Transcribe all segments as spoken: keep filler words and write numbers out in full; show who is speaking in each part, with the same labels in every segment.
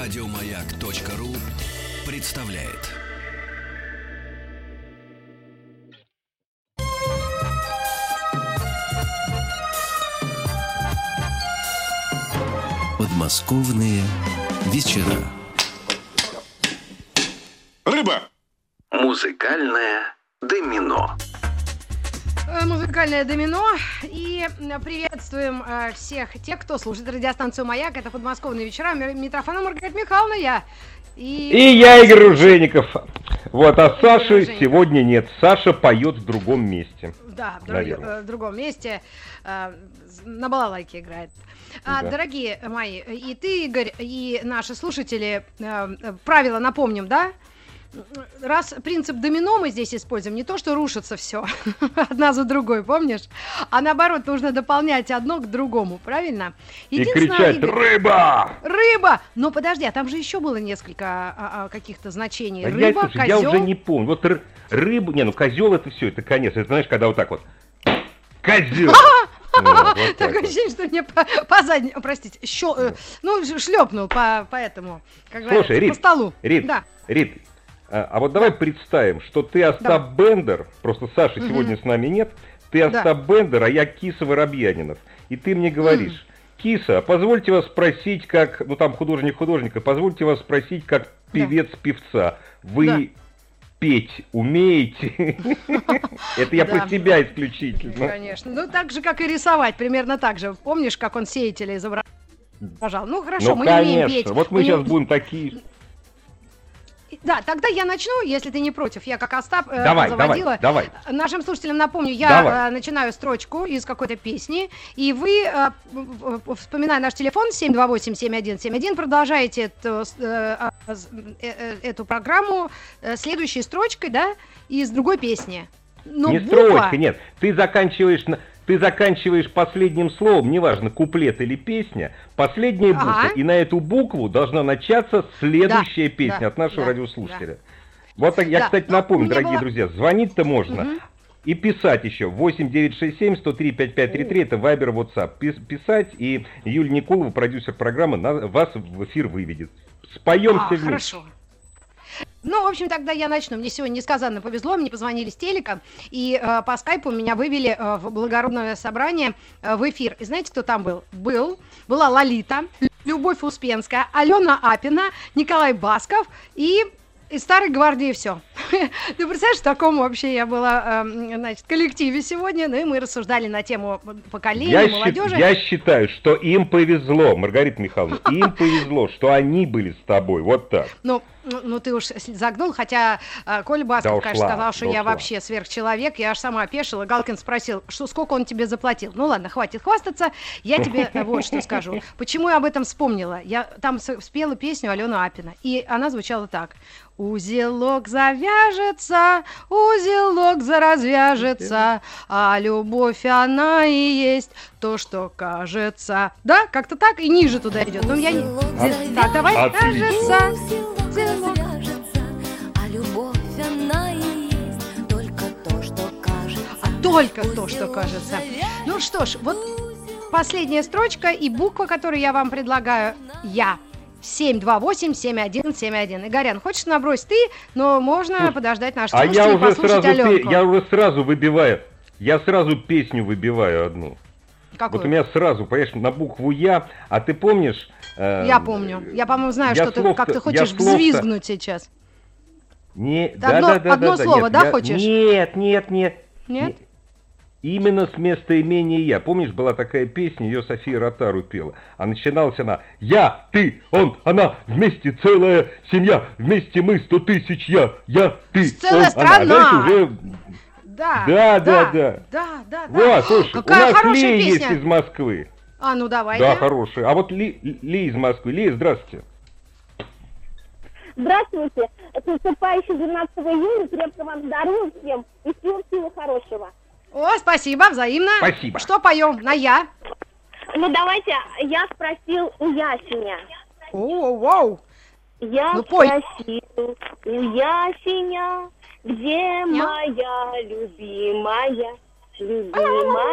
Speaker 1: Радиомаяк.ру представляет. Подмосковные вечера.
Speaker 2: Рыба!
Speaker 1: Музыкальное домино.
Speaker 3: Музыкальное домино. И приветствуем э, всех тех, кто слушает радиостанцию «Маяк». Это «Подмосковные вечера». Митрофана Маргарита Михайловна, я. И,
Speaker 4: и я, Игорь Ружейников. Вот, а
Speaker 3: Игорь
Speaker 4: Саши
Speaker 3: Ружейников.
Speaker 4: сегодня нет. Саша поет в другом месте.
Speaker 3: Да, в, друг, в другом месте. Э, на балалайке играет. А,
Speaker 4: Да.
Speaker 3: Дорогие мои, и ты, Игорь, и наши слушатели, э, правила напомним, да? Раз принцип домино мы здесь используем, не то, что рушится все одна за другой, помнишь? А наоборот, нужно дополнять одно к другому, правильно?
Speaker 4: И кричать:
Speaker 3: Игорь,
Speaker 4: рыба!
Speaker 3: Рыба! Но подожди, а там же еще было несколько а, а, каких-то значений.
Speaker 4: А
Speaker 3: Рыба,
Speaker 4: я, слушай,
Speaker 3: козел.
Speaker 4: я уже не помню. Вот ры- рыбу, не, ну козел это все, это конец. Это знаешь, когда вот так вот. Козел! Ну, вот так
Speaker 3: Такое
Speaker 4: вот.
Speaker 3: ощущение, что мне по, по заднему, простите, щё, э, ну, шлепнул по, по этому, как
Speaker 4: Слушай,
Speaker 3: говорится,
Speaker 4: Рит,
Speaker 3: по столу.
Speaker 4: Рит,
Speaker 3: Да.
Speaker 4: Рит, а, а вот давай представим, что ты Остап Бендер, просто Саши
Speaker 3: Мгм.
Speaker 4: сегодня с нами нет, ты
Speaker 3: Да.
Speaker 4: Остап Бендер, а я Киса Воробьянинов. И ты мне говоришь: Киса, позвольте вас спросить, как, ну там художник художника, позвольте вас спросить, как певец певца, вы
Speaker 3: Да.
Speaker 4: петь умеете? Это я
Speaker 3: Да.
Speaker 4: про тебя исключительно.
Speaker 3: Конечно. Ну, так же, как и рисовать, примерно так же. Помнишь, как он сеятеля изображал? Ну, хорошо,
Speaker 4: Ну,
Speaker 3: мы не умеем петь.
Speaker 4: конечно, вот мы
Speaker 3: не-
Speaker 4: сейчас будем такие...
Speaker 3: Да, тогда я начну, если ты не против. Я как Остап э,
Speaker 4: Давай,
Speaker 3: заводила.
Speaker 4: давай, давай.
Speaker 3: Нашим слушателям напомню, я
Speaker 4: Давай.
Speaker 3: э, начинаю строчку из какой-то песни, и вы, э, в- в- вспоминая наш телефон семь два восемь семь один семь один, продолжаете эту, э, э, э, эту программу э, следующей строчкой, да, из другой песни. Но
Speaker 4: Не
Speaker 3: буква-
Speaker 4: строчка, нет. Ты заканчиваешь, на- ты заканчиваешь последним словом, неважно, куплет или песня, последняя
Speaker 3: Ага.
Speaker 4: буква, и на эту букву должна начаться следующая
Speaker 3: Да,
Speaker 4: песня
Speaker 3: да,
Speaker 4: от нашего
Speaker 3: да,
Speaker 4: радиослушателя. Вот так, я,
Speaker 3: Да,
Speaker 4: кстати,
Speaker 3: но
Speaker 4: напомню,
Speaker 3: мне
Speaker 4: дорогие
Speaker 3: было-
Speaker 4: друзья, звонить-то можно.
Speaker 3: Мгм.
Speaker 4: И писать еще. восемь девятьсот шестьдесят семь сто три пятьдесят пять тридцать три, это Вайбер, WhatsApp. Пис- Писать, и Юлия Никулова, продюсер программы, на- вас в эфир выведет. Споем
Speaker 3: А,
Speaker 4: все вместе.
Speaker 3: хорошо. Ну, в общем, тогда я начну. Мне сегодня несказанно повезло, мне позвонили с телека, и э, по скайпу меня вывели э, в благородное собрание э, в эфир. И знаете, кто там был? Был, была Лолита, Любовь Успенская, Алена Апина, Николай Басков и из Старой Гвардии все. Ты представляешь, в таком вообще я была, э, значит, коллективе сегодня, ну и мы рассуждали на тему поколения,
Speaker 4: Я, счит-
Speaker 3: молодежи.
Speaker 4: я считаю, что им повезло, Маргарита Михайловна, им повезло, что они были с тобой, вот так.
Speaker 3: Ну, ну, ну, ты уж загнул, хотя э, Коля Басков,
Speaker 4: Да
Speaker 3: конечно,
Speaker 4: ушла,
Speaker 3: сказал, что
Speaker 4: да
Speaker 3: я
Speaker 4: ушла.
Speaker 3: вообще сверхчеловек, я аж сама опешила. Галкин спросил, что, сколько он тебе заплатил. Ну ладно, хватит хвастаться, я тебе э, вот что скажу. Почему я об этом вспомнила? Я там с- спела песню Алены Апина, и она звучала так. Узелок завяжется, узелок заразвяжется, а любовь она и есть то, что кажется. Да, как-то так, и ниже туда идет. Ну, я не... Так, давай.
Speaker 4: Отлично.
Speaker 3: Кажется.
Speaker 5: Узелок завяжется, а любовь она и есть только то, что кажется.
Speaker 3: А только то, что кажется. Ну что ж, вот последняя строчка и буква, которую я вам предлагаю, я. семь два восемь семь один семь один. Игорян, хочешь набросить ты, но можно
Speaker 4: Слушай,
Speaker 3: подождать наших
Speaker 4: А я
Speaker 3: слушателей и
Speaker 4: уже
Speaker 3: послушать
Speaker 4: сразу, пе-
Speaker 3: Аленку.
Speaker 4: я уже сразу выбиваю, я сразу песню выбиваю одну.
Speaker 3: Какую?
Speaker 4: Вот у меня сразу, понимаешь, на букву Я, а ты помнишь? э,
Speaker 3: Я помню. Я, по-моему, знаю,
Speaker 4: я
Speaker 3: что ты,
Speaker 4: слов-то-
Speaker 3: как ты
Speaker 4: я
Speaker 3: хочешь
Speaker 4: слов-то-
Speaker 3: взвизгнуть сейчас.
Speaker 4: Не,
Speaker 3: Ты
Speaker 4: да,
Speaker 3: одно-
Speaker 4: да, да,
Speaker 3: одно
Speaker 4: да,
Speaker 3: слово,
Speaker 4: нет,
Speaker 3: да,
Speaker 4: я-
Speaker 3: хочешь?
Speaker 4: Нет, нет, нет.
Speaker 3: Нет?
Speaker 4: Именно с местоимения «я». Помнишь, была такая песня, ее София Ротару пела. А начиналась она: «Я, ты, он, она, вместе целая семья, вместе мы сто тысяч я, я, ты,
Speaker 3: Целая
Speaker 4: он,
Speaker 3: страна!»
Speaker 4: она». А дальше уже...
Speaker 3: Да,
Speaker 4: Да, да, да.
Speaker 3: Да, да, да.
Speaker 4: Вот, слушай,
Speaker 3: Какая
Speaker 4: у нас
Speaker 3: хорошая
Speaker 4: Лия
Speaker 3: песня.
Speaker 4: есть из Москвы.
Speaker 3: А, ну давай.
Speaker 4: Да, хорошая. А вот Ли, Ли из Москвы. Лия, здравствуйте.
Speaker 6: Здравствуйте. С наступающим двенадцатого июня. Крепкого вам здоровья всем и всего всего хорошего.
Speaker 3: О, спасибо, взаимно.
Speaker 4: Спасибо.
Speaker 3: Что поем? На я.
Speaker 6: Ну, давайте, я спросил у ясеня.
Speaker 3: О, воу.
Speaker 6: Я
Speaker 3: Ну, пой.
Speaker 6: спросил у ясеня, где моя любимая,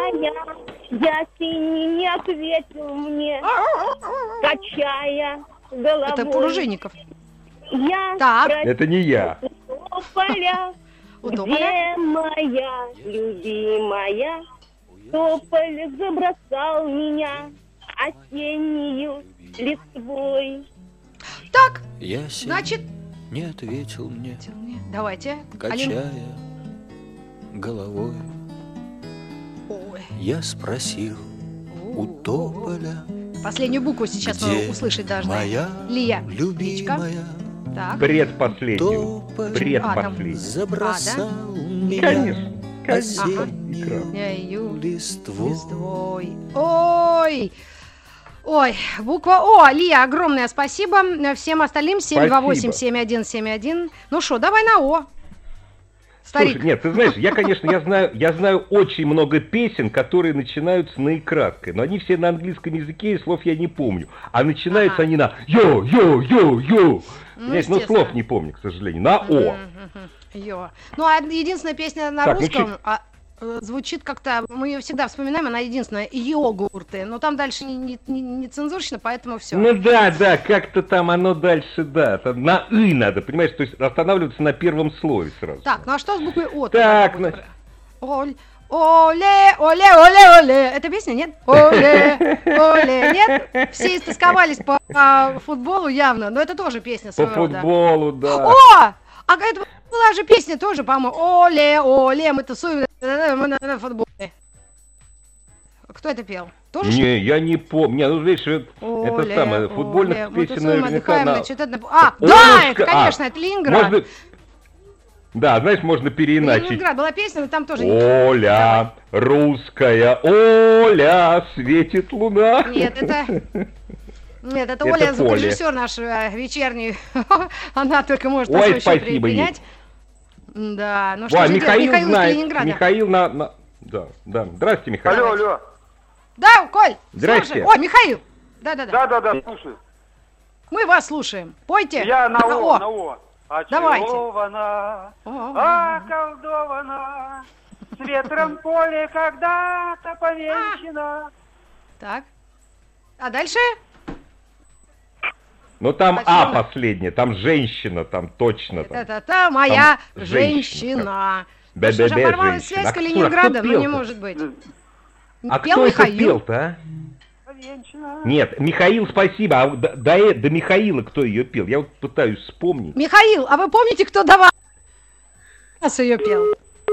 Speaker 6: любимая. Ясень не ответил мне, качая головой.
Speaker 3: Это Пружинников.
Speaker 6: Я
Speaker 3: Так.
Speaker 4: Это не я.
Speaker 6: Тополя,
Speaker 3: У Тополя?
Speaker 6: где моя любимая? Тополь забросал меня осеннюю листвой.
Speaker 3: Так,
Speaker 2: Я
Speaker 3: значит,
Speaker 2: не ответил мне,
Speaker 3: давайте.
Speaker 2: качая головой.
Speaker 3: Ой.
Speaker 2: Я спросил у тополя,
Speaker 3: Последнюю букву сейчас мы
Speaker 2: где
Speaker 3: услышать должны.
Speaker 2: моя
Speaker 3: Лия, Личка.
Speaker 2: любимая?
Speaker 3: Так.
Speaker 4: Предпоследнюю.
Speaker 2: Тополь
Speaker 4: Предпоследнюю.
Speaker 2: забросал меня
Speaker 4: Конечно. Конечно.
Speaker 2: осеннюю
Speaker 3: Я ее
Speaker 2: листву.
Speaker 3: листвой. Ой. Ой, буква О. Лия, огромное спасибо. Всем остальным семь два восемь семь один семь один. Ну что, давай на О. Старик.
Speaker 4: Слушай, нет, ты знаешь, я, конечно, я знаю, я знаю очень много песен, которые начинаются на наикраткой, но они все на английском языке, и слов я не помню. А начинаются
Speaker 3: Ага.
Speaker 4: они на йо-йо-йо-йо.
Speaker 3: Ну,
Speaker 4: Знаешь, но
Speaker 3: естественно.
Speaker 4: слов не помню, к сожалению. На О.
Speaker 3: Йо. Ну, а единственная песня на
Speaker 4: Так, ну,
Speaker 3: русском
Speaker 4: чуть-
Speaker 3: а, э, звучит как-то, мы ее всегда вспоминаем, она единственная, йогурты. Но там дальше не, не, не- не цензурщина, поэтому все.
Speaker 4: Ну да, да, как-то там оно дальше, да. Там на «ы» надо, понимаешь, то есть останавливаться на первом слове сразу.
Speaker 3: Так, ну а что с буквой О?
Speaker 4: Так,
Speaker 3: тогда
Speaker 4: ну-
Speaker 3: будет? Оль, оле, оле, оле, оле. Это песня, нет? Оле, оле, нет? Все истосковались по а, футболу явно, но это тоже песня
Speaker 4: По
Speaker 3: своего рода.
Speaker 4: футболу, да.
Speaker 3: О! А это была же песня тоже, по-моему. Оле, оле, мы тусуем мы на, на футболе. Кто это пел? Тоже что ли?
Speaker 4: Не, я не помню. Не, ну, видишь, это
Speaker 3: Оле,
Speaker 4: самое,
Speaker 3: оле,
Speaker 4: футбольных
Speaker 3: мы
Speaker 4: песен
Speaker 3: тусуем,
Speaker 4: наверняка
Speaker 3: отдыхаем,
Speaker 4: на...
Speaker 3: значит, это... А,
Speaker 4: О,
Speaker 3: да,
Speaker 4: ну,
Speaker 3: это,
Speaker 4: ска-
Speaker 3: конечно,
Speaker 4: а,
Speaker 3: это Ленинград.
Speaker 4: Можно... Да, знаешь, можно переиначить.
Speaker 3: Ленинград была песня, но там тоже...
Speaker 4: Оля, русская Оля, светит луна.
Speaker 3: Нет, это... Нет, это
Speaker 4: Это
Speaker 3: Оля,
Speaker 4: Поле.
Speaker 3: звукорежиссер наш э, вечерний. Она только может
Speaker 4: Ой,
Speaker 3: такой еще
Speaker 4: спасибо ей.
Speaker 3: принять. Да, ну что
Speaker 4: Ва,
Speaker 3: же делать?
Speaker 4: Михаил
Speaker 3: Михаил из
Speaker 4: знает.
Speaker 3: Калининграда.
Speaker 4: Михаил на... на- Да, да. Здрасте, Михаил.
Speaker 7: Алло, алло.
Speaker 3: Да, Коль,
Speaker 4: Здрасте.
Speaker 3: слушай. Ой, Михаил. Да-да-да.
Speaker 7: Да-да-да, слушай.
Speaker 3: Мы вас слушаем. Пойте.
Speaker 7: Я на
Speaker 3: О.
Speaker 7: О, на О.
Speaker 3: Давайте.
Speaker 7: Очарована,
Speaker 3: О.
Speaker 7: околдована, с ветром поле когда-то повенчана.
Speaker 3: Так. А дальше?
Speaker 4: Ну там
Speaker 3: А
Speaker 4: А
Speaker 3: чё?
Speaker 4: последняя, там женщина, там точно. Там.
Speaker 3: Это-то моя
Speaker 4: Там
Speaker 3: женщина.
Speaker 4: Бе-
Speaker 3: Ну что ж,
Speaker 4: бе- бе,
Speaker 3: оборвалась
Speaker 4: женщина.
Speaker 3: связь с
Speaker 4: А кто- а кто
Speaker 3: Калининградом? Ну не
Speaker 4: пел-то?
Speaker 3: может быть.
Speaker 4: А
Speaker 3: Пел
Speaker 4: кто это
Speaker 3: Михаил.
Speaker 4: пел-то, а?
Speaker 7: Повенчана.
Speaker 4: Нет, Михаил, спасибо. А до, до, э- до Михаила кто ее пел? Я вот пытаюсь вспомнить.
Speaker 3: Михаил, а вы помните, кто до вас ее пел?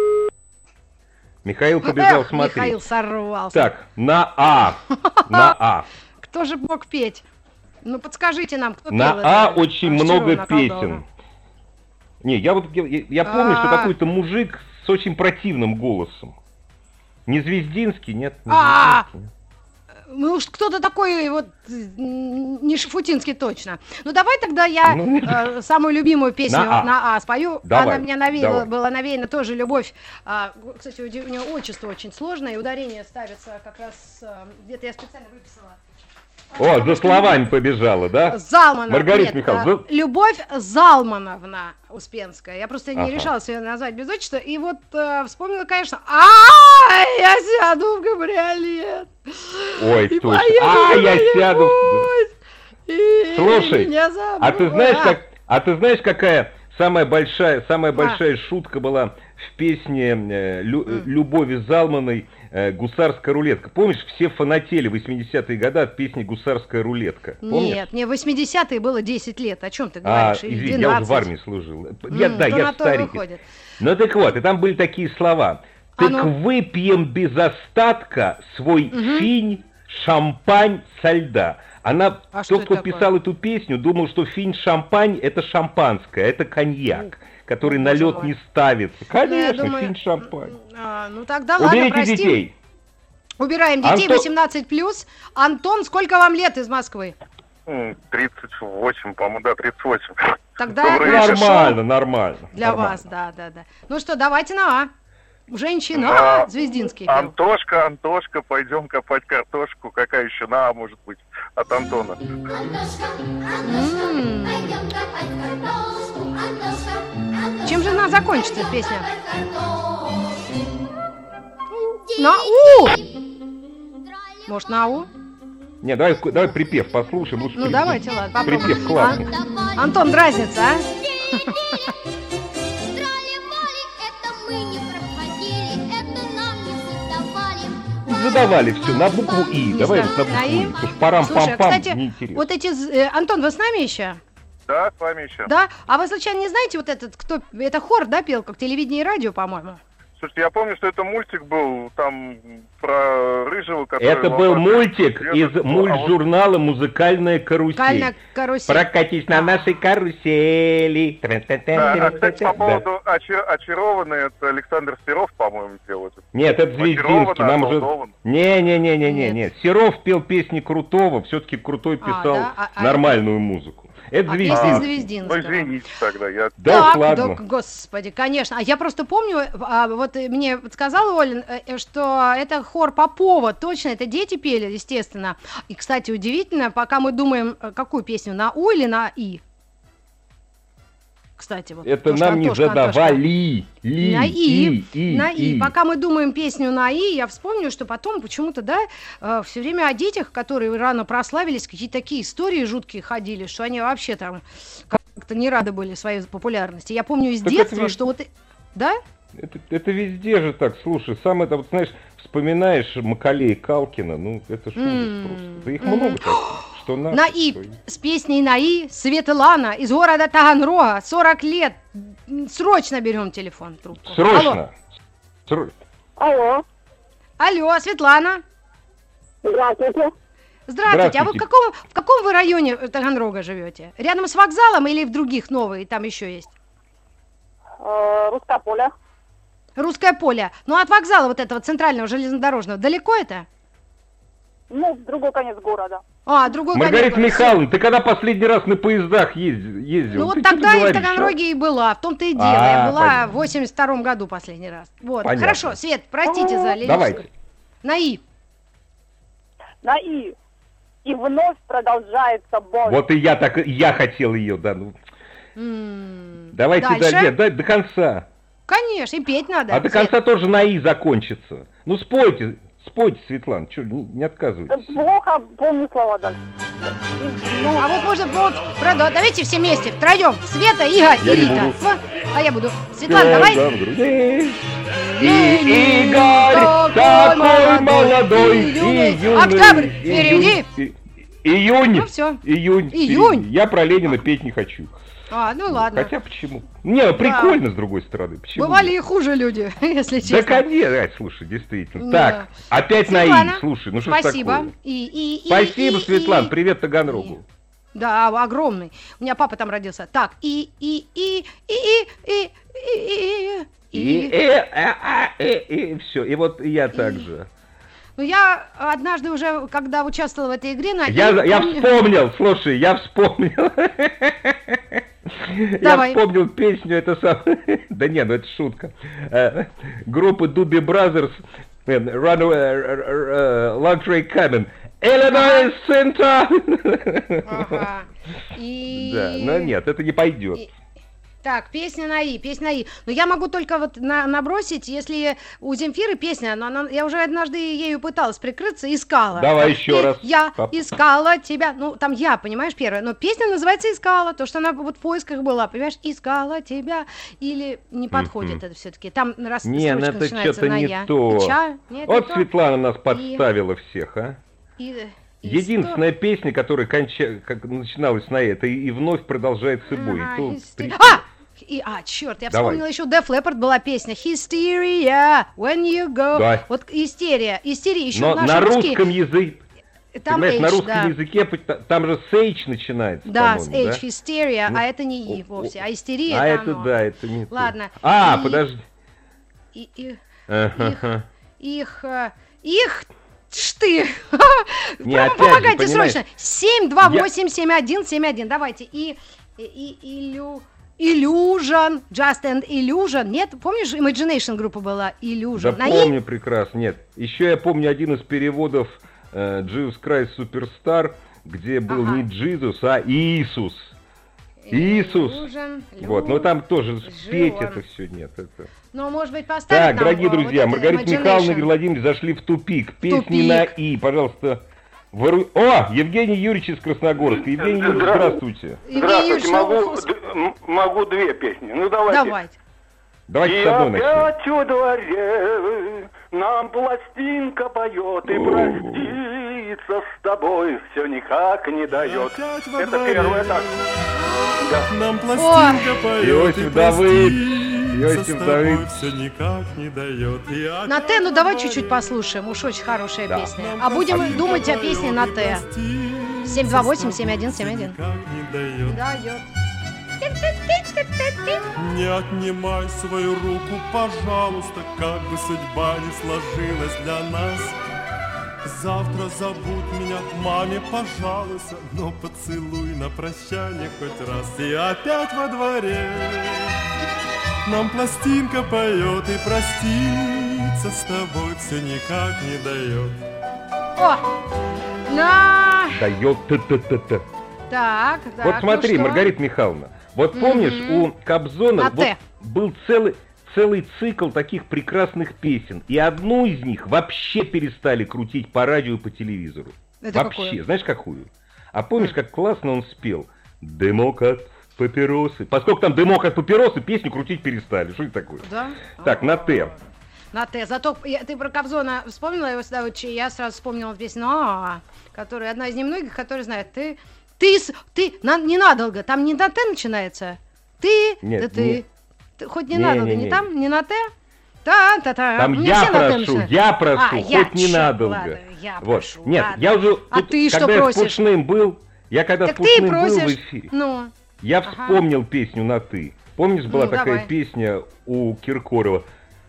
Speaker 4: Михаил побежал
Speaker 3: Эх,
Speaker 4: смотреть.
Speaker 3: Михаил сорвался.
Speaker 4: Так, на А. На А.
Speaker 3: Кто же мог петь? Ну подскажите нам, кто
Speaker 4: На
Speaker 3: пел
Speaker 4: А
Speaker 3: это?
Speaker 4: очень
Speaker 3: Очарована,
Speaker 4: много песен.
Speaker 3: околдована.
Speaker 4: Не, я вот я, я помню, что
Speaker 3: А.
Speaker 4: какой-то мужик с очень противным голосом. Не Звездинский, нет? Не
Speaker 3: А.
Speaker 4: Звездинский.
Speaker 3: Ну уж кто-то такой вот м, не Шафутинский точно. Ну давай тогда я
Speaker 4: Ну, не-
Speaker 3: э, самую любимую песню
Speaker 4: На А.
Speaker 3: на А спою.
Speaker 4: Давай,
Speaker 3: Она меня навеяла,
Speaker 4: давай.
Speaker 3: была навеяна тоже любовь. А, кстати, у де- у нее отчество очень сложное, и ударение ставится как раз э, где-то я специально выписала.
Speaker 4: О, за словами побежала, да?
Speaker 3: Залманов.
Speaker 4: Маргарита
Speaker 3: нет,
Speaker 4: Михайловна,
Speaker 3: э,
Speaker 4: за-
Speaker 3: Любовь Залмановна Успенская. Я просто не
Speaker 4: Ага.
Speaker 3: решалась ее назвать без отчества. И вот э, вспомнила, конечно, а я сяду в кабриолет.
Speaker 4: Ой,
Speaker 3: И
Speaker 4: точно.
Speaker 3: поеду
Speaker 4: А, я сяду.
Speaker 3: куда-нибудь, и
Speaker 4: Слушай,
Speaker 3: меня
Speaker 4: А ты знаешь,
Speaker 3: забудут.
Speaker 4: как, а ты знаешь, какая самая большая, самая
Speaker 3: А.
Speaker 4: большая шутка была в песне э, Лю- э,
Speaker 3: М.
Speaker 4: Любови Залмановой э, «Гусарская рулетка»? Помнишь, все фанатели в восьмидесятые годы от песни «Гусарская рулетка». Помнишь?
Speaker 3: Нет, мне в восьмидесятые было десять лет. О чем ты
Speaker 4: А,
Speaker 3: говоришь? Или
Speaker 4: извини, я
Speaker 3: двенадцать?
Speaker 4: уже в армии служил. Я,
Speaker 3: М,
Speaker 4: да,
Speaker 3: то
Speaker 4: я
Speaker 3: на то и
Speaker 4: старик.
Speaker 3: выходит.
Speaker 4: Ну так вот, и там были такие слова.
Speaker 3: А
Speaker 4: Так
Speaker 3: ну.
Speaker 4: выпьем без остатка свой финь, шампань со льда. Она,
Speaker 3: А что
Speaker 4: тот,
Speaker 3: это
Speaker 4: кто
Speaker 3: такое?
Speaker 4: писал эту песню, думал, что финь, шампань это шампанское, это коньяк, который
Speaker 3: О,
Speaker 4: на
Speaker 3: боже
Speaker 4: лед
Speaker 3: мой.
Speaker 4: не ставится.
Speaker 3: Ну, я
Speaker 4: Конечно,
Speaker 3: думаю,
Speaker 4: финь, шампань.
Speaker 3: а, ну тогда ладно,
Speaker 4: Уберите
Speaker 3: простим.
Speaker 4: детей.
Speaker 3: Убираем детей
Speaker 4: Антон-
Speaker 3: восемнадцать плюс. Антон, сколько вам лет из Москвы?
Speaker 8: М, тридцать восемь, по-моему, да, тридцать восемь.
Speaker 3: Тогда
Speaker 8: Добрый
Speaker 3: наше
Speaker 8: вечер.
Speaker 4: Нормально,
Speaker 3: шоу
Speaker 4: нормально.
Speaker 3: для
Speaker 4: нормально.
Speaker 3: вас, да, да, да. Ну что, давайте на А. Женщина,
Speaker 8: А,
Speaker 3: Звездинский пел.
Speaker 8: Антошка, Антошка, пойдем копать картошку. Какая еще на А может быть от Антона?
Speaker 3: М. Чем же она закончится, песня? На У! Может, на У?
Speaker 4: Не, давай, давай припев послушаем. Лучше
Speaker 3: Ну,
Speaker 4: припев.
Speaker 3: давайте, ладно, попробуем.
Speaker 4: Припев классный.
Speaker 3: А- Антон, дразнится, а?
Speaker 4: Задавали все на букву И.
Speaker 3: Не
Speaker 4: Давай
Speaker 3: знаю,
Speaker 4: вот на
Speaker 3: на
Speaker 4: букву
Speaker 3: «и»?
Speaker 4: И. Потому что парам-пам-пам
Speaker 3: Слушай, а, кстати,
Speaker 4: неинтересно.
Speaker 3: вот эти... з- э, Антон, вы с нами еще?
Speaker 8: Да, с вами еще.
Speaker 3: Да? А вы случайно не знаете вот этот, кто... Это хор, да, пел, как телевидение и радио, по-моему?
Speaker 8: Слушайте, я помню, что это мультик был, там, про рыжего, который...
Speaker 4: Это был
Speaker 8: лопатой
Speaker 4: мультик
Speaker 8: ездит.
Speaker 4: из
Speaker 8: А вот
Speaker 4: мультжурнала «Музыкальная карусель».
Speaker 3: Кальная карусель.
Speaker 4: Прокатись на нашей карусели.
Speaker 8: Да, а, кстати, по
Speaker 4: Да.
Speaker 8: поводу очар- очарованный, это Александр Серов, по-моему, пел это.
Speaker 4: Нет, это Звездинский. Нам уже...
Speaker 8: околдован.
Speaker 4: Не-не-не-не-не.
Speaker 3: Нет.
Speaker 4: нет. Серов пел песни Крутого, все-таки Крутой
Speaker 3: А,
Speaker 4: писал
Speaker 3: да? А- а
Speaker 4: нормальную музыку. Это
Speaker 3: А песня
Speaker 4: Звездинский.
Speaker 3: Звездинского.
Speaker 8: Ну, извините тогда, я...
Speaker 4: Да
Speaker 3: так,
Speaker 4: уж ладно.
Speaker 3: да, господи, конечно. А я просто помню, а, вот э, мне сказала Оля, э, что это хор Попова, точно, это дети пели, естественно. И, кстати, удивительно, пока мы думаем, э, какую песню, на У или на И? Кстати, вот.
Speaker 4: Это
Speaker 3: то, что
Speaker 4: нам не
Speaker 3: Антошка, Антошка.
Speaker 4: задавали. Ли,
Speaker 3: На И,
Speaker 4: и,
Speaker 3: на И.
Speaker 4: и.
Speaker 3: Пока мы думаем песню на И, я вспомню, что потом почему-то, да, все время о детях, которые рано прославились, какие-то такие истории жуткие ходили, что они вообще там как-то не рады были своей популярности. Я помню из
Speaker 4: Так это
Speaker 3: детства,
Speaker 4: ведь-
Speaker 3: что вот... Да?
Speaker 4: Это, это везде же так, слушай, сам это, вот знаешь, вспоминаешь Макалея Калкина, ну, это ж ужас
Speaker 3: М,
Speaker 4: просто. Да их
Speaker 3: мгм.
Speaker 4: много таких, что надо.
Speaker 3: На И,
Speaker 4: что и-
Speaker 3: с песней на И, Светлана из города Таганрога, сорок лет. М, Срочно берем телефон, трубку. Алло,
Speaker 4: Срочно! Сро-
Speaker 6: Алло,
Speaker 3: алло, Светлана.
Speaker 6: здравствуйте.
Speaker 3: Здравствуйте. А вы в
Speaker 4: Здравствуйте.
Speaker 3: каком, в каком вы районе Таганрога живете? Рядом с вокзалом или в других новые? Там еще есть.
Speaker 6: Э, Русское поле.
Speaker 3: Русское поле. Ну, от вокзала вот этого центрального железнодорожного. Далеко это?
Speaker 6: Ну, в другой конец города.
Speaker 3: А, другой конец
Speaker 4: Маргарита
Speaker 3: города.
Speaker 4: Михайловна, ты когда последний раз на поездах ездил? ездил?
Speaker 3: Ну, вот
Speaker 4: Ты что
Speaker 3: тогда и в
Speaker 4: говоришь,
Speaker 3: Таганроге и была. В том-то и дело.
Speaker 4: А,
Speaker 3: Я была
Speaker 4: понятно.
Speaker 3: в восемьдесят втором году последний раз. Вот.
Speaker 4: Понятно.
Speaker 3: Хорошо, Свет, простите за
Speaker 4: а?
Speaker 3: лирическую.
Speaker 4: Давайте.
Speaker 3: На И.
Speaker 6: На И. И вновь продолжается бой.
Speaker 4: Вот и я так, и я хотел ее, да. Ну,
Speaker 3: М,
Speaker 4: давайте
Speaker 3: Дальше?
Speaker 4: до, нет, дай до конца.
Speaker 3: Конечно, и петь надо.
Speaker 4: А до
Speaker 3: Свет.
Speaker 4: конца тоже на И закончится. Ну, спойте, спойте, Светлана, что, не, не отказывайтесь.
Speaker 6: Плохо помню слова дальше.
Speaker 3: Ну, а вот можно вот, правда, давайте все вместе, втроем. Света, Игорь
Speaker 4: Я
Speaker 3: и
Speaker 4: не
Speaker 3: Рита.
Speaker 4: буду.
Speaker 3: Во, а я буду. Светлана, давай.
Speaker 4: Да, в груди.
Speaker 3: И
Speaker 4: И Игорь такой молодой, и юный.
Speaker 3: Октябрь,
Speaker 4: и
Speaker 3: впереди.
Speaker 4: ю- и- Июнь.
Speaker 3: Ну, всё.
Speaker 4: Июнь.
Speaker 3: Июнь.
Speaker 4: впереди. Я про Ленина петь не хочу.
Speaker 3: А, ну ладно.
Speaker 4: Хотя почему? Не, ну, прикольно с другой стороны. Почему?
Speaker 3: Бывали и хуже люди, если
Speaker 4: Да,
Speaker 3: честно.
Speaker 4: конечно, Ай, слушай, действительно.
Speaker 3: Да.
Speaker 4: Так, опять на
Speaker 3: Светлана,
Speaker 4: И, слушай, ну что ж
Speaker 3: спасибо.
Speaker 4: такое?
Speaker 3: И, и, и,
Speaker 4: Спасибо,
Speaker 3: и,
Speaker 4: Светлана,
Speaker 3: и.
Speaker 4: привет Таганрогу.
Speaker 3: Да, огромный. У меня папа там родился. Так, и, и, и, и, и, и, и, и,
Speaker 4: И,
Speaker 3: и.
Speaker 4: э, а, а, э, и все. И вот я так же.
Speaker 3: Ну, я однажды уже, когда участвовала в этой игре, на
Speaker 4: Я,
Speaker 3: И,
Speaker 4: я
Speaker 3: помню-
Speaker 4: вспомнил, слушай, я вспомнил. Я
Speaker 3: Давай.
Speaker 4: вспомнил песню, это сам... Да не, ну это шутка. Э, Группы Doobie Brothers, э, Run, э, э, Luxury Cabin. Illinois Center.
Speaker 3: Ага. И...
Speaker 4: Да, но нет, это не пойдет.
Speaker 3: И- Так, песня на И, песня на И. Но я могу только вот на- набросить, если у Земфиры песня, но она, я уже однажды ею пыталась прикрыться, искала.
Speaker 4: Давай еще
Speaker 3: И
Speaker 4: раз.
Speaker 3: Я
Speaker 4: Пап-
Speaker 3: искала тебя, ну там я, понимаешь, первая, но песня называется «Искала», то, что она вот в поисках была, понимаешь, «Искала тебя», или не подходит
Speaker 4: Мгм.
Speaker 3: это все-таки, там раз
Speaker 4: Не, ну
Speaker 3: строчка
Speaker 4: это
Speaker 3: начинается
Speaker 4: что-то
Speaker 3: на
Speaker 4: не
Speaker 3: «я».
Speaker 4: то.
Speaker 3: Ча? Нет,
Speaker 4: Вот
Speaker 3: не то.
Speaker 4: Светлана нас подставила всех, а.
Speaker 3: И- и
Speaker 4: Единственная песня, которая конча... как начиналась на это и, и вновь продолжается
Speaker 3: сто-
Speaker 4: бой. И
Speaker 3: Ага,
Speaker 4: то
Speaker 3: «Hysteria».
Speaker 4: при-
Speaker 3: А! И, а, черт, я
Speaker 4: Давай.
Speaker 3: вспомнила еще Def Leppard была песня Hysteria, when you go.
Speaker 4: Да.
Speaker 3: Вот истерия, истерия еще
Speaker 4: Но
Speaker 3: наши
Speaker 4: на
Speaker 3: русские.
Speaker 4: русском языке,
Speaker 3: Там
Speaker 4: понимаешь, на
Speaker 3: H,
Speaker 4: русском
Speaker 3: да.
Speaker 4: языке та- там же с H начинается,
Speaker 3: Да, с
Speaker 4: по-моему,
Speaker 3: H, hysteria,
Speaker 4: Ну,
Speaker 3: а это не И
Speaker 4: о-
Speaker 3: вовсе,
Speaker 4: о-
Speaker 3: а истерия
Speaker 4: А
Speaker 3: это
Speaker 4: это
Speaker 3: оно.
Speaker 4: да, это не то.
Speaker 3: Ладно.
Speaker 4: А,
Speaker 3: И-
Speaker 4: подожди.
Speaker 3: И, и-
Speaker 4: Ага.
Speaker 3: их, э, их, ты,
Speaker 4: Не,
Speaker 3: Пом-
Speaker 4: опять же,
Speaker 3: помогайте
Speaker 4: понимаешь,
Speaker 3: срочно, семь два восемь семь один семь один, давайте, и, и, и, илю... Illusion, Just and Illusion, нет? Помнишь, Imagination группа была? Illusion.
Speaker 4: Да
Speaker 3: На И?
Speaker 4: помню прекрасно, нет. Еще я помню один из переводов э, Jesus Christ Superstar, где был
Speaker 3: Ага.
Speaker 4: не Jesus, а Иисус. Иисус.
Speaker 3: Illusion,
Speaker 4: Вот, но там тоже спеть
Speaker 3: Illusion.
Speaker 4: это все нет. Это...
Speaker 3: Ну, может быть, поставить
Speaker 4: Так,
Speaker 3: нам,
Speaker 4: дорогие
Speaker 3: э, вот
Speaker 4: друзья,
Speaker 3: это
Speaker 4: Маргарита
Speaker 3: Imagination?
Speaker 4: Михайловна и Игорь Владимирович зашли в тупик. Песни
Speaker 3: Тупик.
Speaker 4: на И, пожалуйста, Вору... О, Евгений Юрьевич из Красногорска. Евгений Юрьевич,
Speaker 7: Здра-
Speaker 4: здравствуйте.
Speaker 3: Евгений Юрьевич,
Speaker 7: Здравствуйте,
Speaker 3: ну,
Speaker 7: могу,
Speaker 3: с-
Speaker 7: д- м- могу две песни. Ну давайте.
Speaker 3: давайте.
Speaker 4: Давайте
Speaker 7: И
Speaker 4: с одной начнем.
Speaker 7: опять во дворе нам пластинка поет, и проститься с тобой все никак не дает.
Speaker 9: Опять во
Speaker 7: Это
Speaker 9: дворе
Speaker 7: первое так.
Speaker 9: нам пластинка поет,
Speaker 4: Иосиф
Speaker 9: и
Speaker 4: Давыд,
Speaker 9: проститься
Speaker 4: Иосиф
Speaker 9: с тобой
Speaker 4: Давыд.
Speaker 9: все никак не дает. И опять
Speaker 3: На Т, ну
Speaker 9: во
Speaker 3: давай
Speaker 9: дворе
Speaker 3: чуть-чуть послушаем, уж очень хорошая
Speaker 4: Да.
Speaker 3: песня.
Speaker 9: нам
Speaker 3: А будем
Speaker 9: пластинка
Speaker 3: думать о
Speaker 9: поет,
Speaker 3: песне на
Speaker 9: и
Speaker 3: Т.
Speaker 9: проститься
Speaker 3: семь два восемь
Speaker 9: с
Speaker 3: семь один
Speaker 9: тобой
Speaker 3: семь один.
Speaker 9: никак не дает.
Speaker 3: Дает.
Speaker 9: Не отнимай свою руку, пожалуйста, как бы судьба не сложилась для нас. Завтра забудь меня маме, пожалуйста, но поцелуй на прощание хоть раз. И опять во дворе нам пластинка поет, и проститься с тобой все никак не дает.
Speaker 3: О! На!
Speaker 4: Дает т-т-т-т.
Speaker 3: Так, так.
Speaker 4: Вот смотри,
Speaker 3: ну что?
Speaker 4: Маргарита Михайловна, вот помнишь,
Speaker 3: Мгм.
Speaker 4: у Кобзона
Speaker 3: На
Speaker 4: вот
Speaker 3: «Т».
Speaker 4: был целый, целый цикл таких прекрасных песен, и одну из них вообще перестали крутить по радио и по телевизору.
Speaker 3: Это
Speaker 4: вообще,
Speaker 3: какую?
Speaker 4: знаешь какую? А помнишь, как классно он спел? «Дымок от папиросы». Поскольку там «Дымок от папиросы», песню крутить перестали. Что это такое?
Speaker 3: Да?
Speaker 4: Так, на «Т».
Speaker 3: На Т. Зато я- ты про Кобзона вспомнила его сюда, я сразу вспомнила песню «А», которая одна из немногих, которые знают. Ты, ты, с- ты, на- ненадолго, там не на Т начинается. Ты,
Speaker 4: Нет,
Speaker 3: да ты.
Speaker 4: не-
Speaker 3: Ты хоть
Speaker 4: Не,
Speaker 3: ненадолго,
Speaker 4: не,
Speaker 3: не,
Speaker 4: не.
Speaker 3: там, не на Т? Та-та-та.
Speaker 4: Там
Speaker 3: У меня
Speaker 4: я
Speaker 3: все на Т
Speaker 4: прошу,
Speaker 3: начинают.
Speaker 4: я прошу,
Speaker 3: А, я,
Speaker 4: хоть
Speaker 3: чё,
Speaker 4: ненадолго.
Speaker 3: ладно, я
Speaker 4: Вот.
Speaker 3: прошу,
Speaker 4: Нет,
Speaker 3: ладно.
Speaker 4: я уже,
Speaker 3: А
Speaker 4: тут,
Speaker 3: ты что
Speaker 4: когда я с
Speaker 3: просишь?
Speaker 4: Пушным был, я когда
Speaker 3: Так
Speaker 4: с
Speaker 3: ты
Speaker 4: Пушным был в
Speaker 3: просишь.
Speaker 4: эфире,
Speaker 3: Ну,
Speaker 4: я
Speaker 3: Ага.
Speaker 4: вспомнил песню на «ты». Помнишь, была
Speaker 3: Ну,
Speaker 4: такая
Speaker 3: давай.
Speaker 4: песня у Киркорова?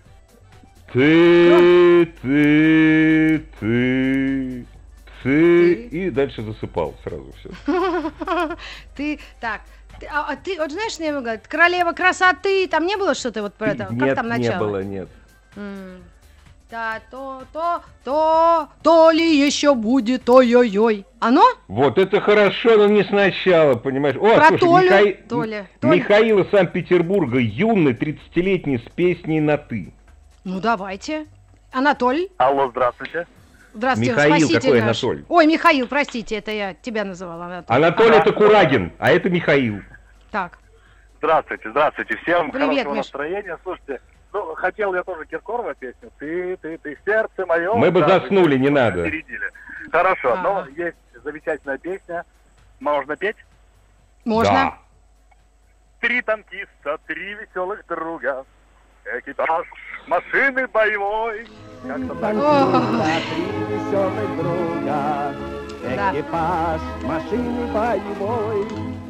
Speaker 4: Ты, ты, ты, ты, и дальше засыпал сразу все.
Speaker 3: ты, так, ты, а, а ты, вот знаешь, мне говорят, королева красоты, там не было что-то вот про это? Как
Speaker 4: Нет,
Speaker 3: там
Speaker 4: не
Speaker 3: начало?
Speaker 4: было, нет.
Speaker 3: М. Да, то, то, то, то ли еще будет, ой-ой-ой. Оно?
Speaker 4: Вот это хорошо, но не сначала, понимаешь? О,
Speaker 3: Про
Speaker 4: слушай,
Speaker 3: Толю,
Speaker 4: Михаи-
Speaker 3: Толя, Толя.
Speaker 4: Михаил из Санкт-Петербурга, юный, тридцатилетний, с песней на «ты».
Speaker 3: Ну, давайте. Анатоль,
Speaker 8: Алло, здравствуйте.
Speaker 3: здравствуйте,
Speaker 4: Михаил,
Speaker 3: спаситель
Speaker 4: какой
Speaker 3: наш.
Speaker 4: Анатоль?
Speaker 3: Ой, Михаил, простите, это я тебя называла, Анатоль.
Speaker 4: Анатолий
Speaker 8: Ага.
Speaker 4: это Курагин, а это Михаил.
Speaker 3: Так,
Speaker 8: Здравствуйте, здравствуйте. Всем
Speaker 3: Привет,
Speaker 8: хорошего
Speaker 3: Миш.
Speaker 8: настроения. Слушайте, ну, хотел я тоже Киркорова песню. Ты, ты, ты, сердце мое.
Speaker 4: Мы бы
Speaker 8: Да,
Speaker 4: заснули,
Speaker 8: вы
Speaker 4: не надо.
Speaker 8: опередили. Хорошо,
Speaker 3: Ага.
Speaker 8: но есть замечательная песня. Можно петь?
Speaker 3: можно?
Speaker 4: Да.
Speaker 8: Три танкиста, три веселых друга. Экипаж машины боевой. Как-то так.
Speaker 3: О,
Speaker 2: Три веселых друга,
Speaker 3: Да.
Speaker 2: экипаж машины боевой.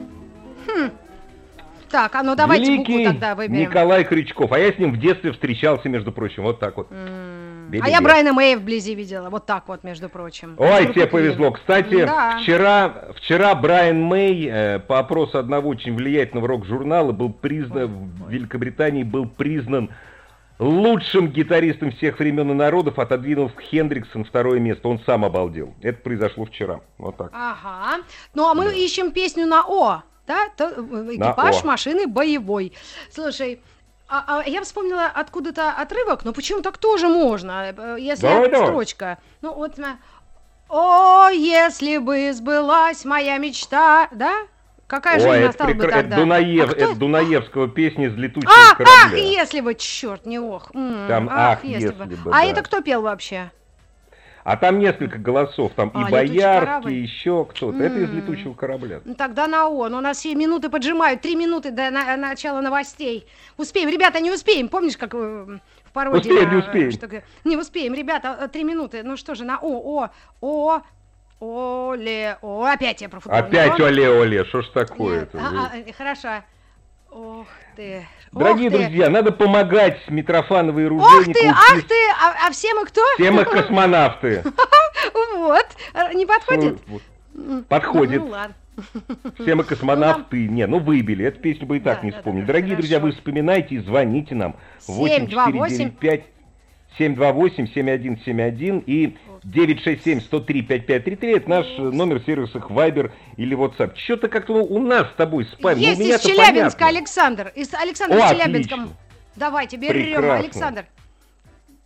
Speaker 3: так, а ну давайте
Speaker 4: Великий
Speaker 3: букву тогда выберем.
Speaker 4: Николай Крючков, а я с ним в детстве встречался, между прочим, вот так вот.
Speaker 3: М,
Speaker 4: Бе-бе-бе.
Speaker 3: А я Брайана Мэя вблизи видела, вот так вот, между прочим.
Speaker 4: Ой,
Speaker 3: Группа
Speaker 4: тебе
Speaker 3: Queen.
Speaker 4: повезло. Кстати,
Speaker 3: Да.
Speaker 4: вчера, вчера Брайан Мэй, э, по опросу одного очень влиятельного рок-журнала, был признан, в Великобритании был признан лучшим гитаристом всех времен и народов, отодвинув Хендрикса на второе место. Он сам обалдел. Это произошло вчера. Вот так.
Speaker 3: Ага. Ну, а мы ищем песню на О, да? То, э, экипаж
Speaker 4: О.
Speaker 3: машины боевой. Слушай, а, а я вспомнила откуда-то отрывок, но почему так тоже можно, э, если
Speaker 4: Давай,
Speaker 3: это
Speaker 4: давай.
Speaker 3: строчка. Ну, вот... на- О, если бы сбылась моя мечта, да? Какая же
Speaker 4: Ой,
Speaker 3: она
Speaker 4: это,
Speaker 3: стала бы
Speaker 4: прекра-
Speaker 3: тогда?
Speaker 4: это, Дунаев,
Speaker 3: А кто
Speaker 4: это Дунаевского песни из «Летучего
Speaker 3: Ах,
Speaker 4: корабля».
Speaker 3: ах, если бы, черт, не ох. М,
Speaker 4: Там ах, если бы,
Speaker 3: А
Speaker 4: да.
Speaker 3: это кто пел вообще?
Speaker 4: А там несколько голосов, там
Speaker 3: А,
Speaker 4: и
Speaker 3: «Летучий
Speaker 4: Боярский,
Speaker 3: корабль».
Speaker 4: еще кто-то. Это из
Speaker 3: М.
Speaker 4: «Летучего корабля».
Speaker 3: Ну тогда на О, но у нас все минуты поджимают, три минуты до на- начала новостей. Успеем, ребята, не успеем. Помнишь, как э, в пародии?
Speaker 4: Успеем,
Speaker 3: на,
Speaker 4: не успеем.
Speaker 3: что г- не успеем, ребята, э, три минуты. Ну что же, на О, О, О, Оле, О, опять я про футбол.
Speaker 4: Опять
Speaker 3: не помню.
Speaker 4: оле-оле, что ж такое
Speaker 3: Нет,
Speaker 4: это?
Speaker 3: а, а, э, хорошо. Ох ты.
Speaker 4: Дорогие
Speaker 3: ох ты.
Speaker 4: друзья, надо помогать Митрофановой и
Speaker 3: Ох
Speaker 4: Ружейникову.
Speaker 3: ты, ах ты, а, а все мы кто?
Speaker 4: Все мы космонавты.
Speaker 3: Вот, э, не подходит?
Speaker 4: Вот.
Speaker 3: М,
Speaker 4: Подходит.
Speaker 3: Ну, ну ладно.
Speaker 4: Все мы космонавты. Не, ну выбили. Эту песню бы и так
Speaker 3: Да,
Speaker 4: не
Speaker 3: да,
Speaker 4: вспомнили.
Speaker 3: да,
Speaker 4: Дорогие
Speaker 3: хорошо.
Speaker 4: друзья, вы вспоминайте и звоните нам.
Speaker 3: семь два восемь
Speaker 4: семь два восемь семь один семь один и девять шесть семь сто три пятьдесят пять тридцать три. Это наш э, номер в сервисах Viber или WhatsApp. Что-то как-то у нас с тобой спам. Ну, у
Speaker 3: Есть из
Speaker 4: меня-то
Speaker 3: Челябинска
Speaker 4: понятно.
Speaker 3: Александр. Из Александра
Speaker 4: О,
Speaker 3: в Челябинском.
Speaker 4: отлично.
Speaker 3: Давайте, берем,
Speaker 4: Прекрасно.
Speaker 3: Александр.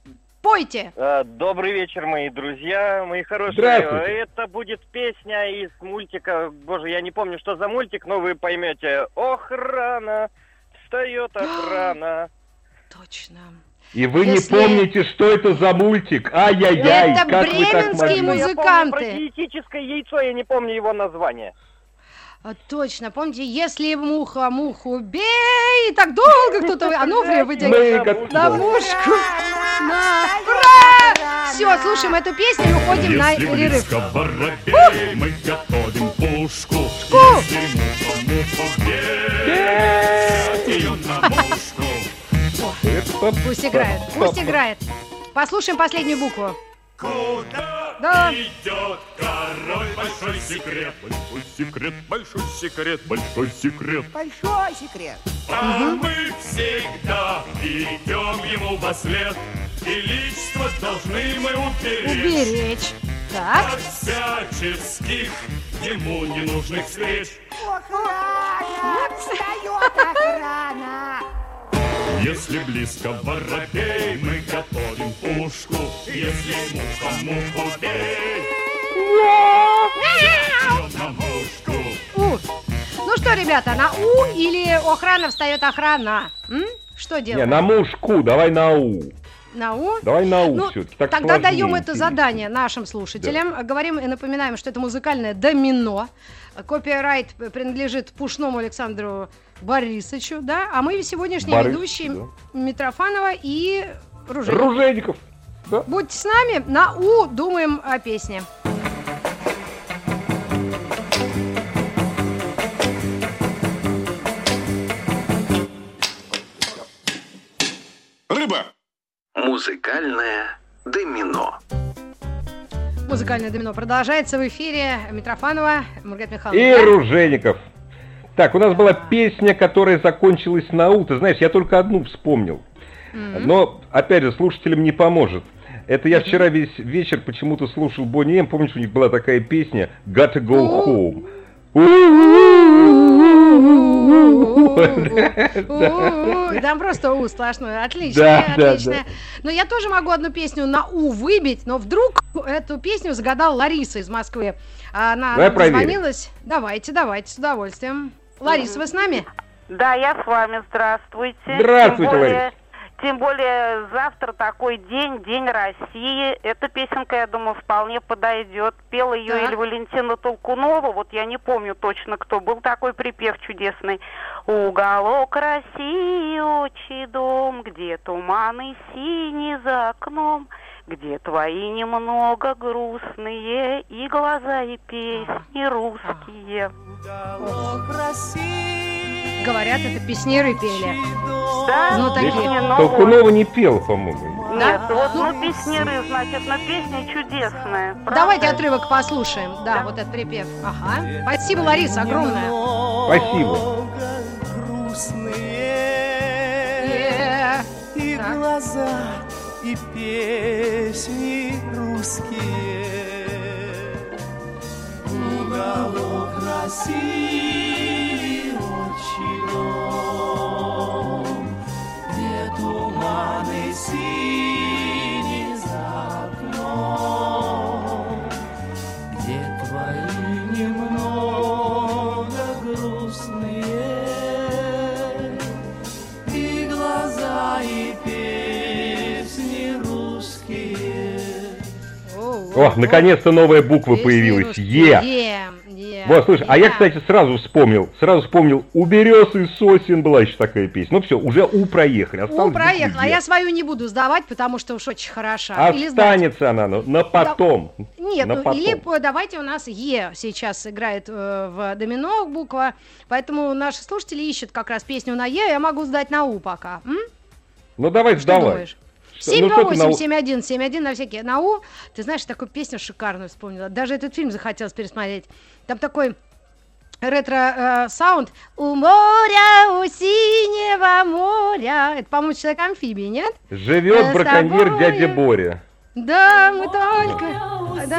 Speaker 3: Пойте.
Speaker 10: Добрый вечер, мои друзья, мои хорошие.
Speaker 4: Здравствуйте.
Speaker 10: Это будет песня из мультика, боже, я не помню, что за мультик, но вы поймете. Охрана, встает охрана.
Speaker 3: Точно.
Speaker 4: И вы
Speaker 3: Если-
Speaker 4: не помните, что это за мультик? Ай-яй-яй,
Speaker 3: Это
Speaker 4: как вы так
Speaker 3: бременские
Speaker 4: могли?
Speaker 10: Я
Speaker 3: музыканты.
Speaker 10: помню про диетическое яйцо, я не помню его название.
Speaker 3: А, точно, помните, если муха муху бей, так долго кто-то... А ну, вытягивай.
Speaker 4: Мы
Speaker 3: На мушку. На. Ура! Все, слушаем эту песню и уходим на
Speaker 9: Если
Speaker 3: перерыв.
Speaker 9: близко воробей, мы готовим пушку.
Speaker 3: Ку!
Speaker 9: Если муха муху бей, ее на мушку.
Speaker 3: Пусть играет, пусть играет. Послушаем последнюю букву.
Speaker 9: Куда
Speaker 3: Да.
Speaker 9: идет король? Большой секрет, большой секрет, большой секрет, большой секрет.
Speaker 11: Большой секрет.
Speaker 9: А мы всегда идем ему во след, и личность должны мы уберечь.
Speaker 3: Уберечь. Так.
Speaker 9: От всяческих ему ненужных встреч.
Speaker 11: Охрана! Встает охрана!
Speaker 9: Если близко воробей, мы готовим пушку. Если муха муху бей, идем на мушку.
Speaker 3: У. Ну что, ребята, на У или охрана встает охрана? М? Что
Speaker 4: Не,
Speaker 3: делаем?
Speaker 4: на мушку, давай на У.
Speaker 3: На У?
Speaker 4: Давай на У
Speaker 3: Ну,
Speaker 4: все-таки. Так
Speaker 3: тогда
Speaker 4: сложнее,
Speaker 3: даем это
Speaker 4: интереснее.
Speaker 3: задание нашим слушателям. Говорим и напоминаем, что это музыкальное домино. Копирайт принадлежит Пушному Александру Борисовичу, да? А мы сегодняшние
Speaker 4: Борис,
Speaker 3: ведущие
Speaker 4: да.
Speaker 3: Митрофанова и Ружейников.
Speaker 4: Ружейников. Да.
Speaker 3: Будьте с нами, на У думаем о песне.
Speaker 1: Рыба. Музыкальное домино.
Speaker 3: Музыкальное домино продолжается в эфире. Митрофанова, Маргарита Михайловна.
Speaker 4: И
Speaker 3: я.
Speaker 4: Ружейников. Так, у нас была песня, которая закончилась на У. Ты знаешь, я только одну вспомнил.
Speaker 3: М.
Speaker 4: Но, опять же, слушателям не поможет. Это я вчера весь вечер почему-то слушал Бонни Эм. Помнишь, у них была такая песня «Gotta go home».
Speaker 3: У-у-у-у-у-у. Там просто У сплошное. Отлично,
Speaker 4: Да, да,
Speaker 3: отлично.
Speaker 4: да.
Speaker 3: Но я тоже могу одну песню на У выбить, но вдруг эту песню загадала Лариса из Москвы. Она
Speaker 4: Давай проверим.
Speaker 3: дозвонилась. Давайте, давайте, с удовольствием. Лариса, вы с нами?
Speaker 12: Да, я с вами. Здравствуйте.
Speaker 4: Здравствуйте,
Speaker 12: Тем более,
Speaker 4: Лариса.
Speaker 12: тем более завтра такой день, День России. Эта песенка, я думаю, вполне подойдет. Пела ее
Speaker 3: Так.
Speaker 12: или Валентина Толкунова. Вот я не помню точно, кто был такой припев чудесный. Уголок России, отчий дом, где туманы синие за окном, где твои немного грустные и глаза, и песни русские.
Speaker 3: Говорят, это песнеры пели.
Speaker 12: Да?
Speaker 3: Ну, такие.
Speaker 12: Песни новые.
Speaker 4: Толкунова не пел, по-моему.
Speaker 12: Нет,
Speaker 3: Да?
Speaker 12: вот,
Speaker 3: Ну,
Speaker 12: ну, песнеры, значит, но песня чудесная. правда?
Speaker 3: Давайте отрывок послушаем. Да, вот этот припев. Ага. Спасибо, Лариса, огромное.
Speaker 4: Спасибо.
Speaker 3: Э,
Speaker 2: И
Speaker 3: так.
Speaker 2: глаза, и песни русские. Уголок России, отчий дом, где туманы синие за окном, где твои немного грустные и глаза, и песни русские.
Speaker 4: О, наконец-то новая буква появилась. Е.
Speaker 3: Е. Е.
Speaker 4: Вот, слушай, а я,
Speaker 3: Да.
Speaker 4: кстати, сразу вспомнил, сразу вспомнил, у берез и сосен была еще такая песня. Ну все, уже У проехали.
Speaker 3: У,
Speaker 4: осталось
Speaker 3: проехала.
Speaker 4: буква
Speaker 3: А
Speaker 4: Е.
Speaker 3: я свою не буду сдавать, потому что уж очень хороша. Или сдать.
Speaker 4: Останется она, но на потом.
Speaker 3: Нет,
Speaker 4: на
Speaker 3: ну
Speaker 4: потом.
Speaker 3: или по- давайте у нас Е сейчас играет э, в домино буква, поэтому наши слушатели ищут как раз песню на Е, я могу сдать на У пока. М?
Speaker 4: Ну давай,
Speaker 3: Что
Speaker 4: сдавай.
Speaker 3: думаешь?
Speaker 4: Что-
Speaker 3: семь
Speaker 4: ну,
Speaker 3: два
Speaker 4: что ты на
Speaker 3: восемь
Speaker 4: У-
Speaker 3: семь один семь один на всякие на У. Ты знаешь, такую песню шикарную вспомнила. Даже этот фильм захотелось пересмотреть. Там такой ретро-саунд. У моря, у синего моря. Это, по-моему, человек-амфибий, нет?
Speaker 4: Живет
Speaker 3: С
Speaker 4: браконьер
Speaker 3: тобой.
Speaker 4: дядя Боря.
Speaker 3: Да, мы только... Да.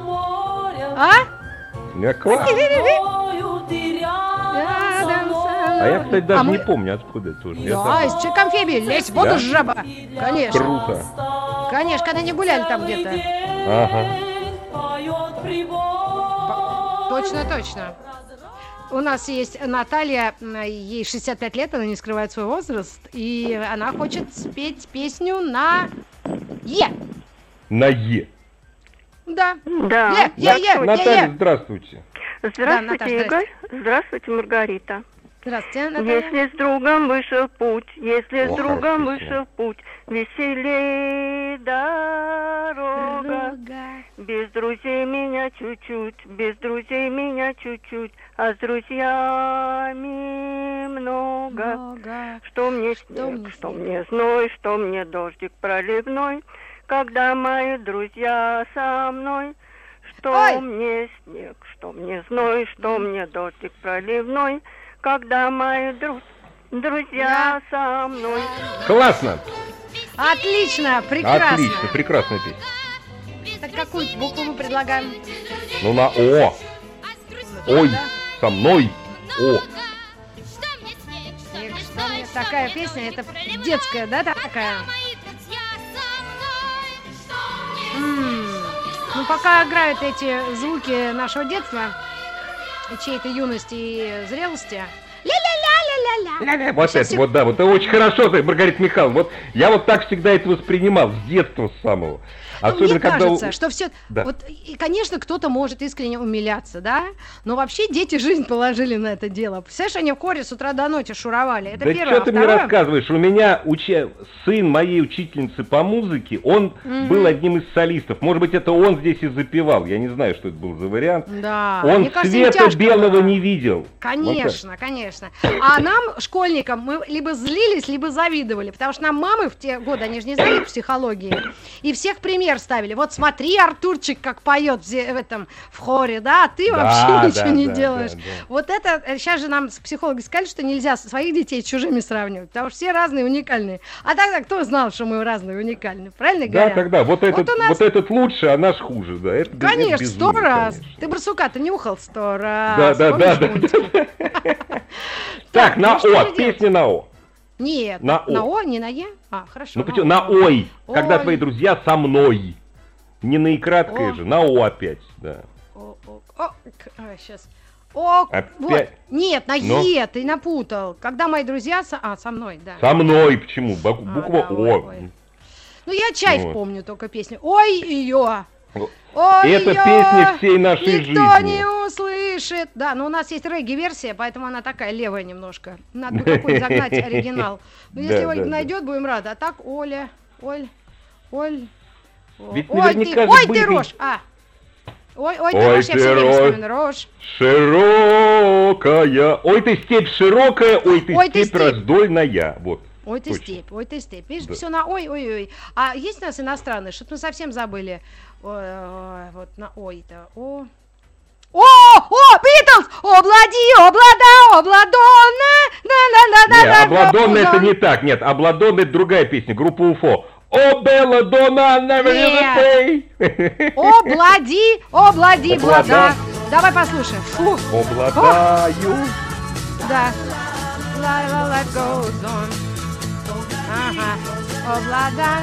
Speaker 3: А?
Speaker 4: Я класс.
Speaker 3: Рядом со
Speaker 4: А я, кстати, даже
Speaker 3: А мы-
Speaker 4: не помню, откуда это тоже. Я
Speaker 3: Да,
Speaker 4: там-
Speaker 3: из Чикамфеби, лезь, вот
Speaker 4: Да?
Speaker 3: уж жаба. Конечно.
Speaker 4: Круто.
Speaker 3: Конечно, когда не гуляли там где-то.
Speaker 4: Ага.
Speaker 3: Точно, точно. У нас есть Наталья, м, ей шестьдесят пять лет, она не скрывает свой возраст, и она хочет спеть песню на Е.
Speaker 4: На Е.
Speaker 3: Да.
Speaker 13: Да.
Speaker 3: Е, Е, Е, Е,
Speaker 4: Наталья,
Speaker 3: Е.
Speaker 4: здравствуйте.
Speaker 13: Здравствуйте,
Speaker 3: Наташа,
Speaker 13: Игорь. Здравствуйте, Маргарита.
Speaker 3: Здравствуйте, Наталья.
Speaker 13: Если с другом вышел путь, если
Speaker 4: О,
Speaker 13: с другом
Speaker 4: хорошо.
Speaker 13: вышел путь, веселей дорога. Без друзей меня чуть-чуть, без друзей меня чуть-чуть, а с друзьями много.
Speaker 3: Много.
Speaker 13: Что мне снег, что мне зной, что мне дождик проливной, когда мои друзья со мной. Что
Speaker 3: Ой!
Speaker 13: мне снег, что мне зной, что мне дождик проливной, когда мои друз- друзья со мной.
Speaker 4: Классно.
Speaker 3: Отлично, прекрасно.
Speaker 4: Отлично, прекрасная песня.
Speaker 3: Так какую букву мы предлагаем?
Speaker 4: Ну на О. Ой, со мной. О.
Speaker 3: Эх, что мне такая песня, это детская, да, такая? М, Ну, пока играют эти звуки нашего детства, и чьей-то юности и зрелости. Ля-ля-ля-ля-ля-ля.
Speaker 4: Вот
Speaker 3: Сейчас
Speaker 4: это,
Speaker 3: сек-
Speaker 4: вот да, вот это очень хорошо, ты, Маргарита Михайловна. Вот я вот так всегда это воспринимал, с детства с самого.
Speaker 3: Ну,
Speaker 4: Особенно,
Speaker 3: мне
Speaker 4: когда...
Speaker 3: кажется,
Speaker 4: у-
Speaker 3: что все...
Speaker 4: Да.
Speaker 3: Вот, и, конечно, кто-то может искренне умиляться, да? Но вообще дети жизнь положили на это дело. Представляешь, они в хоре с утра до ночи шуровали. Это
Speaker 4: Да
Speaker 3: первое.
Speaker 4: что
Speaker 3: А
Speaker 4: ты мне
Speaker 3: второе-
Speaker 4: рассказываешь? У меня уча... сын моей учительницы по музыке, он
Speaker 3: Мгм.
Speaker 4: был одним из солистов. Может быть, это он здесь и запевал. Я не знаю, что это был за вариант.
Speaker 3: Да.
Speaker 4: Он
Speaker 3: Мне кажется, им
Speaker 4: света
Speaker 3: тяжко
Speaker 4: белого
Speaker 3: было.
Speaker 4: не видел.
Speaker 3: Конечно, конечно. А нам, школьникам, мы либо злились, либо завидовали, потому что нам мамы в те годы, они же не знали психологии, и всех пример ставили. Вот смотри, Артурчик, как поет в, зе- в этом в хоре, да, а ты
Speaker 4: Да,
Speaker 3: вообще
Speaker 4: да,
Speaker 3: ничего не
Speaker 4: да,
Speaker 3: делаешь.
Speaker 4: да, да.
Speaker 3: Вот это, сейчас же нам психологи сказали, что нельзя своих детей с чужими сравнивать, потому что все разные, уникальные. А тогда кто знал, что мы разные, уникальные? Правильно
Speaker 4: Да,
Speaker 3: говорят?
Speaker 4: тогда вот этот,
Speaker 3: у нас-
Speaker 4: вот этот лучше, а наш хуже, да. Это, это
Speaker 3: Конечно, сто
Speaker 4: безумие,
Speaker 3: раз.
Speaker 4: конечно.
Speaker 3: Ты барсука-то нюхал сто раз.
Speaker 4: Да, да, да,
Speaker 3: Помнишь
Speaker 4: да.
Speaker 3: мультики?
Speaker 4: Так, на
Speaker 3: ну что
Speaker 4: О,
Speaker 3: же делать?
Speaker 4: песня на О.
Speaker 3: Нет,
Speaker 4: На
Speaker 3: на
Speaker 4: О.
Speaker 3: О, не на Е. А, хорошо.
Speaker 4: Ну почему? На
Speaker 3: О.
Speaker 4: Ой, когда
Speaker 3: Ой.
Speaker 4: твои друзья со мной. Не на и краткое
Speaker 3: О.
Speaker 4: же, на О опять, да.
Speaker 3: О, о, о, сейчас. О,
Speaker 4: Опять?
Speaker 3: вот. Нет, на
Speaker 4: Ну?
Speaker 3: Е ты напутал. Когда мои друзья... Со... А, со мной, да.
Speaker 4: Со мной, почему? Бу- Буква
Speaker 3: да, ой,
Speaker 4: О.
Speaker 3: ой. Ну, я Чайф
Speaker 4: Вот.
Speaker 3: помню только песню. Ой, ее.
Speaker 4: Вот.
Speaker 3: Ой,
Speaker 4: Это
Speaker 3: её
Speaker 4: песня всей нашей
Speaker 3: никто
Speaker 4: жизни.
Speaker 3: не услышит. Да, но у нас есть регги-версия, поэтому она такая левая немножко. Надо бы какой-нибудь загнать оригинал. Ну, если
Speaker 4: Да,
Speaker 3: Ольга
Speaker 4: да, да.
Speaker 3: найдет, будем рады. А так, Оля, Оль, Оль. О,
Speaker 4: Ведь
Speaker 3: ой, ты,
Speaker 4: наверняка же
Speaker 3: ой,
Speaker 4: были-
Speaker 3: ты рожь. А. Ой, ой, ты
Speaker 4: Ой,
Speaker 3: рожь, я
Speaker 4: ты
Speaker 3: все время
Speaker 4: рожь.
Speaker 3: вспоминаю. Рожь.
Speaker 4: Широкая. Ой, ты степь широкая, ой, ты
Speaker 3: Ой, ты
Speaker 4: степь
Speaker 3: степь.
Speaker 4: раздольная. Вот.
Speaker 3: Ой, ты
Speaker 4: Точно.
Speaker 3: степь, ой, ты степь. Видишь,
Speaker 4: Да.
Speaker 3: все на ой-ой-ой. А есть у нас иностранные, что-то мы совсем забыли. Ой, ой, вот на ой-то. О. О, о, Битлз! Облади, облада, обладонна, на на на
Speaker 4: Не,
Speaker 3: на
Speaker 4: Обладонна это не так. Нет, Обладонна это другая песня, группа Уфо. О, Белладонна, never
Speaker 3: Нет.
Speaker 4: say.
Speaker 3: Облади, облади,
Speaker 4: Облада.
Speaker 3: блада. Давай послушаем. Фу.
Speaker 4: Обладаю.
Speaker 3: Да. Life, life goes on. Ага. Облада.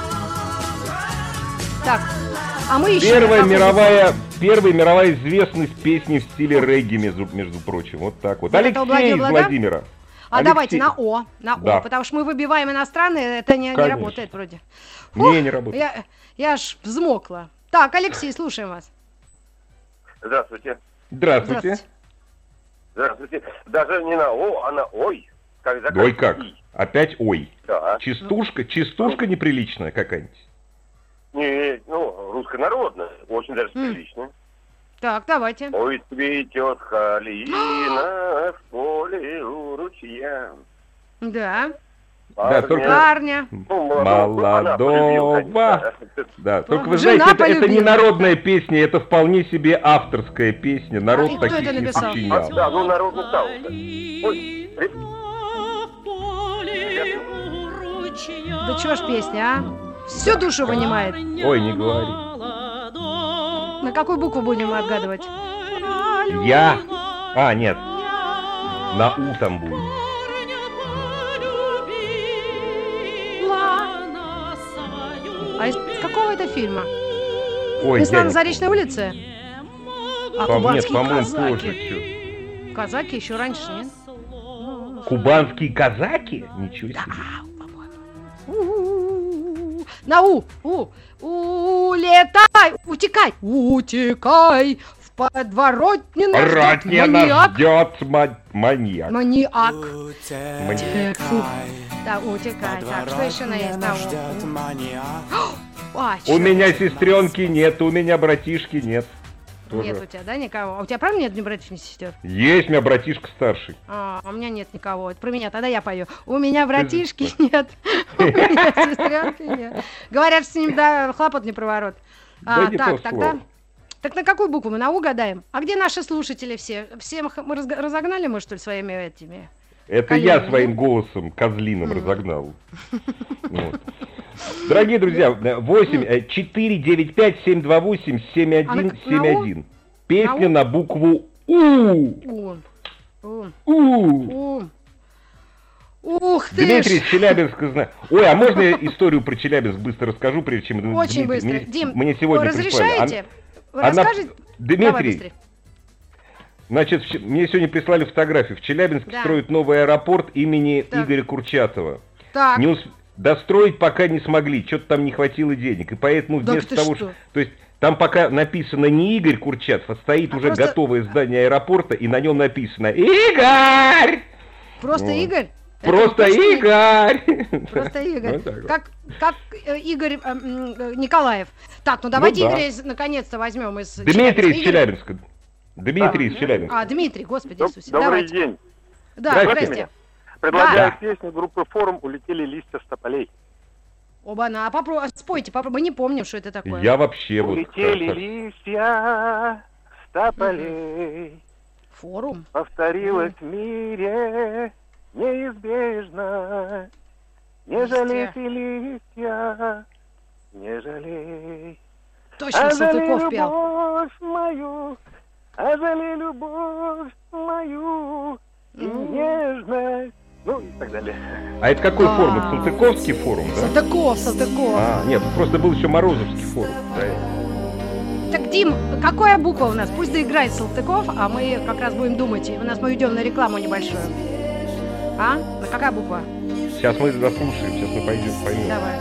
Speaker 3: Так. А мы еще
Speaker 4: Первая
Speaker 3: на каком-
Speaker 4: мировая, первая мировая известность песни в стиле регги, между, между прочим. Вот так вот.
Speaker 3: Вот это «Облади,
Speaker 4: Алексей из
Speaker 3: облада»?
Speaker 4: Владимира.
Speaker 3: А
Speaker 4: Алексей.
Speaker 3: давайте на О, на
Speaker 4: Да.
Speaker 3: О, потому что мы выбиваем иностранные, это не, не
Speaker 4: Конечно.
Speaker 3: работает вроде.
Speaker 4: Не, не работает.
Speaker 3: Я, я аж взмокла. Так, Алексей, слушаем вас.
Speaker 8: Здравствуйте.
Speaker 4: Здравствуйте.
Speaker 8: Здравствуйте. Даже не на О, а на Ой. Как
Speaker 4: Ой, как? Опять ой.
Speaker 8: Да.
Speaker 4: Частушка, частушка неприличная какая-нибудь.
Speaker 8: Не, ну, руссконародная. Очень даже приличная.
Speaker 3: Так, давайте.
Speaker 8: Ой, цветет халина в поле у ручья.
Speaker 3: Да.
Speaker 4: Да, только...
Speaker 3: Парня.
Speaker 8: Ну, молодого.
Speaker 4: Молодого. Да, только вы
Speaker 3: Жена
Speaker 4: знаете, это, это не
Speaker 3: полюбила.
Speaker 4: народная песня, это вполне себе авторская песня. Народ
Speaker 3: и кто
Speaker 4: таких
Speaker 3: это
Speaker 4: не
Speaker 3: написал?
Speaker 4: сочинял.
Speaker 8: А, да, ну народный саунд. Ой,
Speaker 3: Да чё ж песня, а? Всю душу вынимает.
Speaker 4: Ой, не говори.
Speaker 3: На какую букву будем мы отгадывать?
Speaker 4: Я. А, нет. На У там будет.
Speaker 3: А из какого это фильма?
Speaker 4: Ой,
Speaker 3: «Весна
Speaker 4: я
Speaker 3: на
Speaker 4: не
Speaker 3: Заречной
Speaker 4: помню.
Speaker 3: улице»? А
Speaker 4: По- нет,
Speaker 3: кубанские
Speaker 4: по-моему,
Speaker 3: казаки?
Speaker 4: тоже чё.
Speaker 3: Казаки еще раньше, нет?
Speaker 4: Кубанские казаки? Ничего себе.
Speaker 3: У-у-у. На У, У, улетай, утекай, утекай, в подворотне нас ждет
Speaker 4: Ратня нас
Speaker 3: маньяк.
Speaker 4: ждет ма- маньяк.
Speaker 3: Маньяк.
Speaker 4: Маньяк.
Speaker 3: Фу. Да, утекай. Так, что еще на есть? На У. А,
Speaker 4: У
Speaker 3: чёрт.
Speaker 4: меня сестренки нет, у меня братишки нет. Тоже.
Speaker 3: Нет у тебя, да, никого? А у тебя правда нет ни братьев, ни сестер?
Speaker 4: Есть у меня братишка старший.
Speaker 3: А, у меня нет никого. Это про меня, тогда я пою. У меня братишки нет, у меня сестренки нет. Говорят, с ним, да, хлопот не проворот.
Speaker 4: Да
Speaker 3: А,
Speaker 4: не
Speaker 3: так,
Speaker 4: то
Speaker 3: тогда...
Speaker 4: слово.
Speaker 3: Так на какую букву мы? На У гадаем? А где наши слушатели все? Всем мы разг- разогнали, мы, что ли, своими этими?
Speaker 4: Это
Speaker 3: Коллеги,
Speaker 4: я
Speaker 3: да?
Speaker 4: своим голосом козлиным разогнал. Вот. Дорогие друзья, восемь четыре девять пять семь два восемь семь один семь один. Песня на букву У.
Speaker 3: У. У.
Speaker 4: У.
Speaker 3: У. Ух ты
Speaker 4: Дмитрий
Speaker 3: ж.
Speaker 4: из Челябинска знает. Ой, а можно я историю про Челябинск быстро расскажу, прежде чем...
Speaker 3: Очень
Speaker 4: Дмитрий,
Speaker 3: быстро.
Speaker 4: Мне,
Speaker 3: Дим,
Speaker 4: мне сегодня
Speaker 3: разрешаете? Вы
Speaker 4: Она...
Speaker 3: расскажете?
Speaker 4: Дмитрий,
Speaker 3: Давай быстрее.
Speaker 4: Значит, в Ч- мне сегодня прислали фотографию. В Челябинске
Speaker 3: Да.
Speaker 4: строят новый аэропорт имени
Speaker 3: Так.
Speaker 4: Игоря Курчатова.
Speaker 3: Так.
Speaker 4: Не усп- Достроить пока не смогли, что-то там не хватило денег. И поэтому
Speaker 3: Да
Speaker 4: вместо
Speaker 3: ты
Speaker 4: того,
Speaker 3: что?
Speaker 4: что... То есть там пока написано не Игорь Курчатов, а стоит
Speaker 3: А
Speaker 4: уже
Speaker 3: просто-
Speaker 4: готовое здание аэропорта, и на нем написано «Игорь!»
Speaker 3: Просто
Speaker 4: Вот.
Speaker 3: Игорь?
Speaker 4: Просто
Speaker 3: Это точно
Speaker 4: Игорь!
Speaker 3: Просто Игорь.
Speaker 4: Вот так вот.
Speaker 3: Как, как э, Игорь э, м, э, Николаев. Так, ну давайте
Speaker 4: да.
Speaker 3: Игоря из- наконец-то возьмем из
Speaker 4: Дмитрий из
Speaker 3: Игорь-
Speaker 4: Челябинска. Дмитрий из Челябинска.
Speaker 3: А, Дмитрий, господи
Speaker 8: Доб-
Speaker 3: Иисусе.
Speaker 8: Добрый
Speaker 3: Давайте.
Speaker 8: день.
Speaker 3: Да,
Speaker 4: Здравствуйте.
Speaker 3: здрасте.
Speaker 8: Предлагаю
Speaker 3: Да.
Speaker 8: песню группы «Форум» «Улетели листья с тополей».
Speaker 3: Оба-на, попро... спойте, попробуй. Мы не помним, что это такое.
Speaker 4: Я вообще вот...
Speaker 8: Улетели
Speaker 4: как-
Speaker 8: листья с тополей.
Speaker 3: Форум.
Speaker 8: Повторилось в мире неизбежно. Не
Speaker 3: Листья.
Speaker 8: жалейте листья, не жалей.
Speaker 3: Точно,
Speaker 8: А жалей
Speaker 3: Салтыков пел.
Speaker 8: любовь мою, а жалей любовь мою, и нежность, ну и так далее.
Speaker 4: А это какой
Speaker 3: Да.
Speaker 4: форум? Это Салтыковский форум, да?
Speaker 3: Салтыков, Салтыков.
Speaker 4: А, нет, просто был еще Морозовский форум. Да.
Speaker 3: Так, Дим, какая буква у нас? Пусть доиграет Салтыков, а мы как раз будем думать. У нас мы идем на рекламу небольшую. А? На какая буква?
Speaker 4: Сейчас мы дослушаем, сейчас мы пойдем, поймем.
Speaker 3: Давай.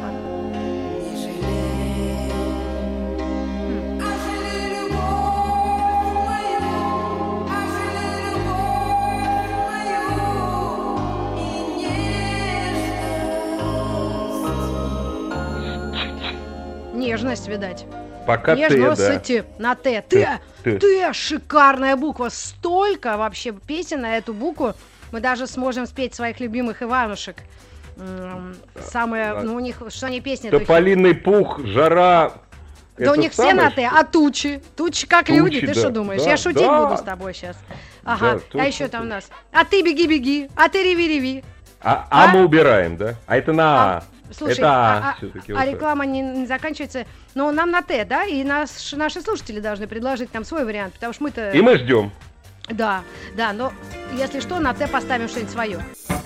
Speaker 3: Нежность, видать.
Speaker 4: Пока Т, да.
Speaker 3: Нежности на Т. Т.
Speaker 4: Т.
Speaker 3: Т. Шикарная буква. Столько вообще песен на эту букву. Мы даже сможем спеть своих любимых Иванушек. М, Самое, ну у них, что они песни? то
Speaker 4: Тополиный пух, жара.
Speaker 3: Да
Speaker 4: это
Speaker 3: у них все
Speaker 4: самое,
Speaker 3: на Т, а тучи? Тучи как
Speaker 4: Тучи,
Speaker 3: люди, ты
Speaker 4: да,
Speaker 3: что думаешь?
Speaker 4: да,
Speaker 3: Я шутить
Speaker 4: да.
Speaker 3: буду с тобой сейчас. Ага,
Speaker 4: Да,
Speaker 3: а
Speaker 4: точно,
Speaker 3: еще там у нас. А ты беги-беги, а ты реви-реви.
Speaker 4: А, а мы убираем, да? А это на А.
Speaker 3: Слушай,
Speaker 4: это А,
Speaker 3: а, а-
Speaker 4: все-таки.
Speaker 3: а реклама не, не заканчивается, но нам на Т, да? И наш, наши слушатели должны предложить нам свой вариант, потому что мы-то...
Speaker 4: И мы ждем.
Speaker 3: Да, да, но если что, на Т поставим что-нибудь свое.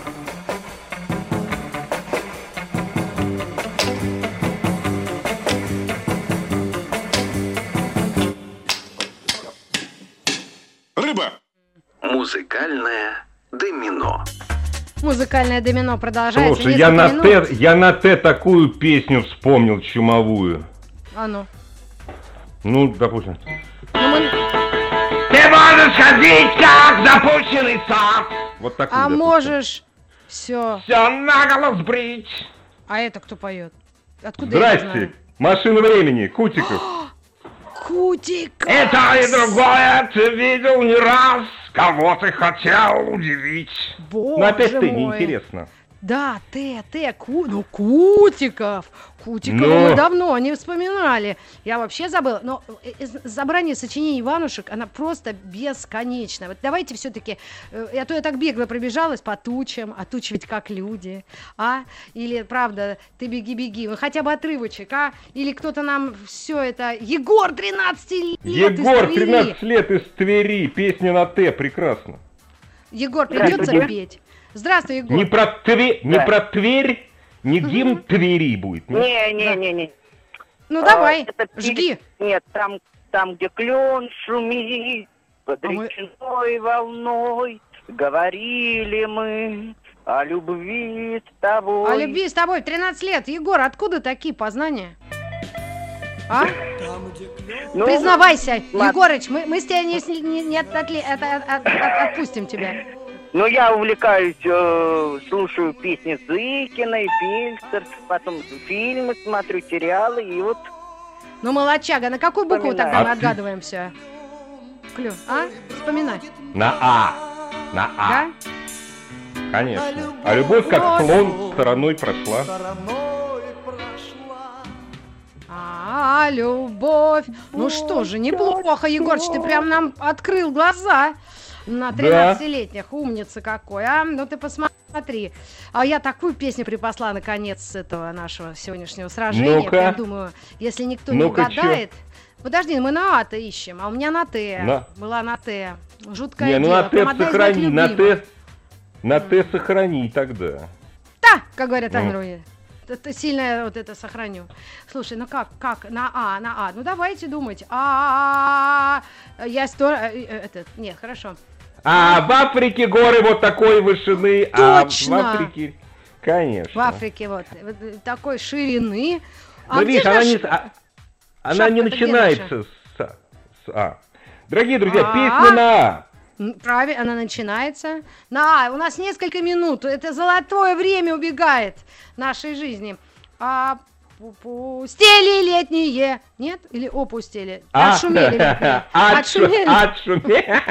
Speaker 9: Рыба.
Speaker 1: Музыкальное домино.
Speaker 3: Музыкальное домино продолжается.
Speaker 4: Слушай, я
Speaker 3: несколько
Speaker 4: на,
Speaker 3: минут.
Speaker 4: Т, я на Т такую песню вспомнил, чумовую.
Speaker 3: А ну.
Speaker 4: Ну, допустим.
Speaker 3: Ну, мы-
Speaker 4: Ты можешь ходить, как запущенный сад. Вот такую.
Speaker 3: А
Speaker 4: допустим.
Speaker 3: можешь все.
Speaker 4: Все наголо сбрить.
Speaker 3: А это кто поет? Откуда я
Speaker 4: Здрасте.
Speaker 3: знаю?
Speaker 4: Машина времени, Кутиков.
Speaker 3: Кутик.
Speaker 4: Это и другое ты видел не раз. Кого ты хотел удивить.
Speaker 3: Боже
Speaker 4: Но опять ты,
Speaker 3: мой.
Speaker 4: неинтересно.
Speaker 3: Да, Т, Т, Ку, ну Кутиков. Кутикова
Speaker 4: Но-
Speaker 3: мы давно не вспоминали. Я вообще забыла. Но э, э, собрание сочинений Иванушек, она просто бесконечна. Вот давайте все-таки, а то я так бегло пробежалась по тучам, а тучи ведь как люди, а? Или, правда, ты беги-беги, ну хотя бы отрывочек, а? Или кто-то нам все это... Егор, тринадцать лет из
Speaker 4: Егор,
Speaker 3: Твери.
Speaker 4: тринадцать лет из Твери. Песня на Т, прекрасно.
Speaker 3: Егор, придется
Speaker 4: Здравствуйте.
Speaker 3: петь. Здравствуй, Егор.
Speaker 4: Не про, Тве- не
Speaker 13: Да.
Speaker 4: про Тверь, не гимн Твери будет. нет?
Speaker 13: Не-не-не-не.
Speaker 3: Ну, давай,
Speaker 13: это
Speaker 3: жги.
Speaker 13: Нет, там, там, где клен шумит под
Speaker 3: А мы-
Speaker 13: речной волной, говорили мы о любви с тобой.
Speaker 3: О любви с тобой в тринадцать лет. Егор, откуда такие познания? А?
Speaker 13: Ну,
Speaker 3: Признавайся,
Speaker 13: ладно.
Speaker 3: Егорыч, мы, мы с тебя не, сни- не, не отли- это- от- от- отпустим тебя.
Speaker 13: Ну, я увлекаюсь, э, слушаю песни Зыкиной, Пельцер, потом фильмы смотрю, сериалы, и вот...
Speaker 3: Ну, молодчага, на какую букву
Speaker 13: Вспоминаю.
Speaker 3: тогда мы
Speaker 4: А ты-
Speaker 3: отгадываем все? Клю, а? Вспоминай.
Speaker 4: На А. На А.
Speaker 3: Да?
Speaker 4: Конечно. А любовь как слон стороной прошла.
Speaker 3: А, любовь. Ну что же, неплохо, Егорыч, ты прям нам открыл глаза на тринадцатилетних. Умница какой, а? Ну ты посмотри. А я такую песню припасла, наконец, с этого нашего сегодняшнего сражения.
Speaker 4: Ну-ка.
Speaker 3: Я думаю, если никто
Speaker 4: Ну-ка,
Speaker 3: не угадает... Подожди, мы на А-то ищем, а у меня на Т.
Speaker 4: На.
Speaker 3: Была на Т. Жуткое
Speaker 4: Не, ну
Speaker 3: дело.
Speaker 4: на
Speaker 3: Прям
Speaker 4: Т
Speaker 3: одна из моих
Speaker 4: сохрани, на
Speaker 3: любимых.
Speaker 4: Т, на Т сохрани тогда.
Speaker 3: Да, как говорят
Speaker 4: Ну.
Speaker 3: ангелы. Это сильно я вот это сохраню. Слушай, ну как, как, на А, на А. Ну давайте думать. А, я сто... э, э, Это, нет, хорошо.
Speaker 4: А в Африке горы вот такой вышины, а в
Speaker 3: Точно.
Speaker 4: Африке, конечно.
Speaker 3: В Африке вот, вот такой ширины. А
Speaker 4: Ну,
Speaker 3: где
Speaker 4: видишь,
Speaker 3: же
Speaker 4: она
Speaker 3: наш-
Speaker 4: не, а- она
Speaker 3: шапка-то
Speaker 4: не
Speaker 3: где
Speaker 4: начинается с, с А. Дорогие друзья,
Speaker 3: А.
Speaker 4: песня на А.
Speaker 3: М, Правильно, она начинается. На А, у нас несколько минут. Это золотое время убегает нашей жизни. А пустели летние. Нет? Или опустели?
Speaker 4: А.
Speaker 3: Отшумели летние.
Speaker 4: Отшу-
Speaker 3: Отшумели.
Speaker 4: Отшумели.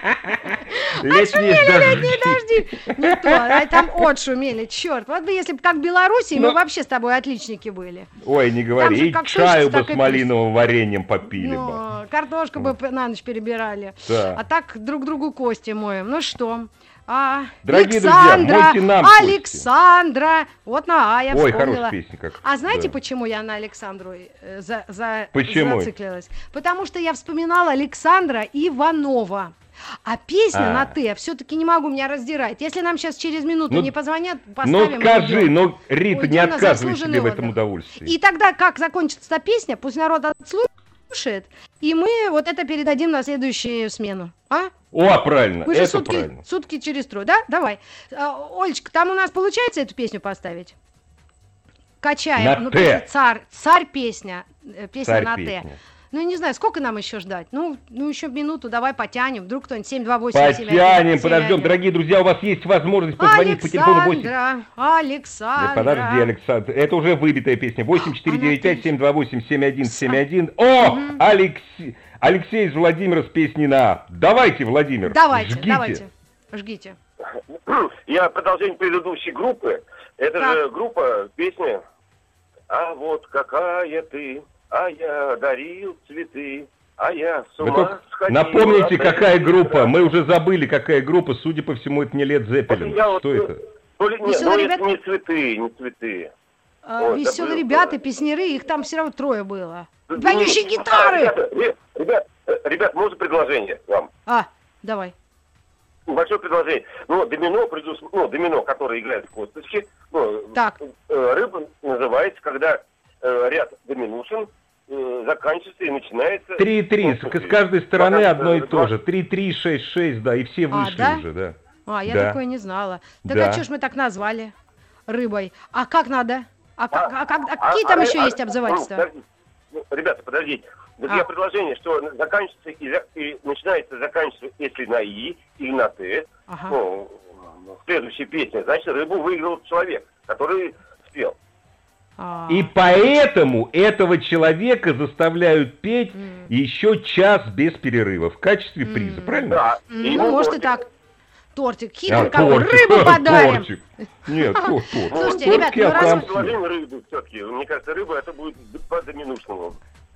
Speaker 4: Летние
Speaker 3: Летние
Speaker 4: дожди.
Speaker 3: дожди. Не то, а там отшумели. Черт, вот бы если бы как в Беларуси, мы
Speaker 4: Ну.
Speaker 3: вообще с тобой отличники были.
Speaker 4: Ой, не
Speaker 3: Там
Speaker 4: говори,
Speaker 3: же
Speaker 4: и
Speaker 3: как
Speaker 4: чаю
Speaker 3: слышится,
Speaker 4: бы
Speaker 3: так и
Speaker 4: с малиновым вареньем попили бы.
Speaker 3: Ну, картошку бы п- на ночь перебирали.
Speaker 4: Да.
Speaker 3: А так друг другу кости моем. Ну что? А,
Speaker 4: Дорогие друзья,
Speaker 3: Александра,
Speaker 4: мойте нам кости.
Speaker 3: Александра. Вот на А я
Speaker 4: Ой,
Speaker 3: вспомнила.
Speaker 4: хорошая песня как.
Speaker 3: А знаете,
Speaker 4: да.
Speaker 3: почему я на Александру э, за, за,
Speaker 4: Почему?
Speaker 3: зациклилась? Потому что я вспоминала Александра Иванова. А песня
Speaker 4: А.
Speaker 3: на Т все-таки не могу меня раздирать. Если нам сейчас через минуту
Speaker 4: Ну,
Speaker 3: не позвонят,
Speaker 4: Ну
Speaker 3: поставим. и
Speaker 4: скажи,
Speaker 3: уйдем.
Speaker 4: ну Рита, не
Speaker 3: Уйдем на
Speaker 4: отказывай
Speaker 3: заслуженный
Speaker 4: себе в
Speaker 3: отдых.
Speaker 4: этом удовольствии.
Speaker 3: И тогда, как закончится эта песня, пусть народ отслушает, и мы вот это передадим на следующую смену. А?
Speaker 4: О, правильно,
Speaker 3: Мы же
Speaker 4: это
Speaker 3: сутки,
Speaker 4: правильно.
Speaker 3: сутки через трое, да? Давай. А, Олечка, там у нас получается эту песню поставить? Качаем.
Speaker 4: На
Speaker 3: ну,
Speaker 4: Т.
Speaker 3: песня царь, царь песня, э, песня
Speaker 4: Царь
Speaker 3: на
Speaker 4: песня.
Speaker 3: Т. Ну, не знаю, сколько нам еще ждать? Ну, ну еще минуту, давай потянем. Вдруг кто-нибудь семь два восемь семь один
Speaker 4: Потянем,
Speaker 3: семь
Speaker 4: подождем.
Speaker 3: один.
Speaker 4: Дорогие друзья, у вас есть возможность позвонить по телефону восемь.
Speaker 3: Александра,
Speaker 4: Да
Speaker 3: Александра.
Speaker 4: подожди, Александр, это уже выбитая песня. восемь четыре девять пять семь два восемь семь один семь один. О, Алексей, Алексей из Владимира с песней на А. Давайте, Владимир,
Speaker 3: Давайте,
Speaker 4: жгите.
Speaker 3: давайте, жгите.
Speaker 14: Я продолжение предыдущей группы. Это
Speaker 3: Так.
Speaker 14: же группа, песня. А вот какая ты, а я дарил цветы, а я с
Speaker 4: Вы
Speaker 14: ума
Speaker 4: только
Speaker 14: сходил.
Speaker 4: напомните,
Speaker 14: от
Speaker 4: какая
Speaker 14: этой
Speaker 4: группа.
Speaker 14: страны.
Speaker 4: Мы уже забыли, какая группа. Судя по всему, это не Лед Зеппелин.
Speaker 14: Я вот,
Speaker 4: Что
Speaker 14: э,
Speaker 4: это?
Speaker 14: То ли, нет,
Speaker 3: Веселые
Speaker 14: ну,
Speaker 3: ребята?
Speaker 14: это не цветы, не цветы.
Speaker 3: А,
Speaker 14: Ой,
Speaker 3: веселые
Speaker 14: забыл.
Speaker 3: ребята, песняры, их там все равно трое было.
Speaker 14: Ну,
Speaker 3: Поющие
Speaker 14: ну,
Speaker 3: гитары!
Speaker 14: Ребята, ребят, ребят, э, ребят, можно предложение вам?
Speaker 3: А, давай.
Speaker 14: Большое предложение. Ну, домино, предус... ну, домино, которое играет в косточки, ну,
Speaker 3: Так.
Speaker 14: э, рыба называется, когда э, ряд доминушен э, заканчивается и начинается...
Speaker 4: три-три.
Speaker 14: ну,
Speaker 4: С каждой стороны
Speaker 14: пока,
Speaker 4: одно и
Speaker 14: э,
Speaker 4: то же. три-три, шесть-шесть, да, и все
Speaker 3: А,
Speaker 4: вышли
Speaker 3: да?
Speaker 4: уже, да.
Speaker 3: А, я
Speaker 4: Да.
Speaker 3: такое не знала. Так
Speaker 4: Да.
Speaker 3: а что ж мы так назвали? Рыбой. А как надо? А, как- а как- а
Speaker 14: А-
Speaker 3: какие там
Speaker 14: а-
Speaker 3: еще
Speaker 14: а-
Speaker 3: есть обзывательства?
Speaker 14: ну, подождите. Ну, ребята, подождите. Вот
Speaker 3: А.
Speaker 14: я предложение, что заканчивается и, за- и начинается, заканчивается, если на И или на Т.
Speaker 3: Ага.
Speaker 14: Ну, следующая песня, значит, рыбу выиграл человек, который спел.
Speaker 3: А.
Speaker 4: И поэтому этого человека заставляют петь еще час без перерыва в качестве приза, правильно?
Speaker 14: Да.
Speaker 3: М,
Speaker 14: И
Speaker 3: Ну,
Speaker 14: ему
Speaker 3: может и
Speaker 14: тортик.
Speaker 3: так. Тортик.
Speaker 4: А,
Speaker 3: Хитрый какой.
Speaker 4: тортик,
Speaker 3: Рыбу подарим.
Speaker 4: тортик. Нет, то- тортик.
Speaker 3: Слушайте,
Speaker 4: Тортик
Speaker 3: ребят,
Speaker 4: я
Speaker 3: ну раз-
Speaker 4: сам съем.
Speaker 14: Предложение рыбы все-таки. Мне кажется, рыба это будет по доминушному.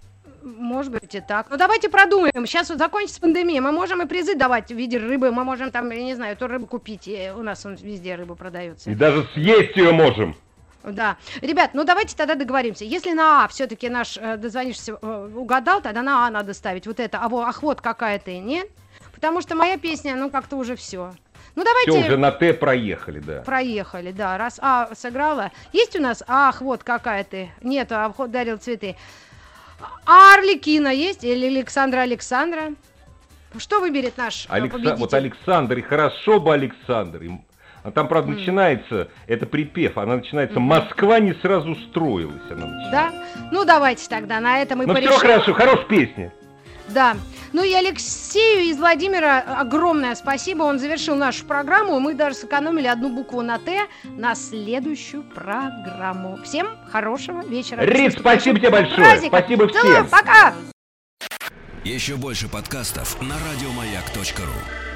Speaker 3: Может быть и так. Ну давайте продумаем. Сейчас вот закончится пандемия. Мы можем и призы давать в виде рыбы. Мы можем там, я не знаю, эту рыбу купить. И у нас он везде рыба продается.
Speaker 4: И даже съесть ее можем.
Speaker 3: Да. Ребят, ну давайте тогда договоримся. Если на А все-таки наш э, дозвонившийся э, угадал, тогда на А надо ставить вот это. А, во, ах, вот какая ты, нет? Потому что моя песня, ну как-то уже все. Ну, давайте...
Speaker 4: Все, уже на Т проехали, да.
Speaker 3: Проехали, да. Раз А сыграла. Есть у нас? Ах, вот какая ты. Нет, обход дарил цветы. А Арлекина есть? Или Александра Александра? Что выберет наш
Speaker 4: Алекса...
Speaker 3: победитель?
Speaker 4: Вот Александр, и хорошо бы Александр. А там, правда, mm. начинается, это припев, она начинается, mm-hmm. Москва не сразу строилась. Она начинается.
Speaker 3: Да? Ну, давайте тогда на этом и
Speaker 4: ну,
Speaker 3: порешим.
Speaker 4: Ну, все хорошо, хорошая песня.
Speaker 3: Да. Ну и Алексею из Владимира огромное спасибо. Он завершил нашу программу. Мы даже сэкономили одну букву на Т на следующую программу. Всем хорошего вечера.
Speaker 4: Рит, спасибо тебе большое.
Speaker 3: Праздника.
Speaker 4: Спасибо всем.
Speaker 3: Целую, пока.
Speaker 15: Еще больше подкастов на радиомаяк точка ру.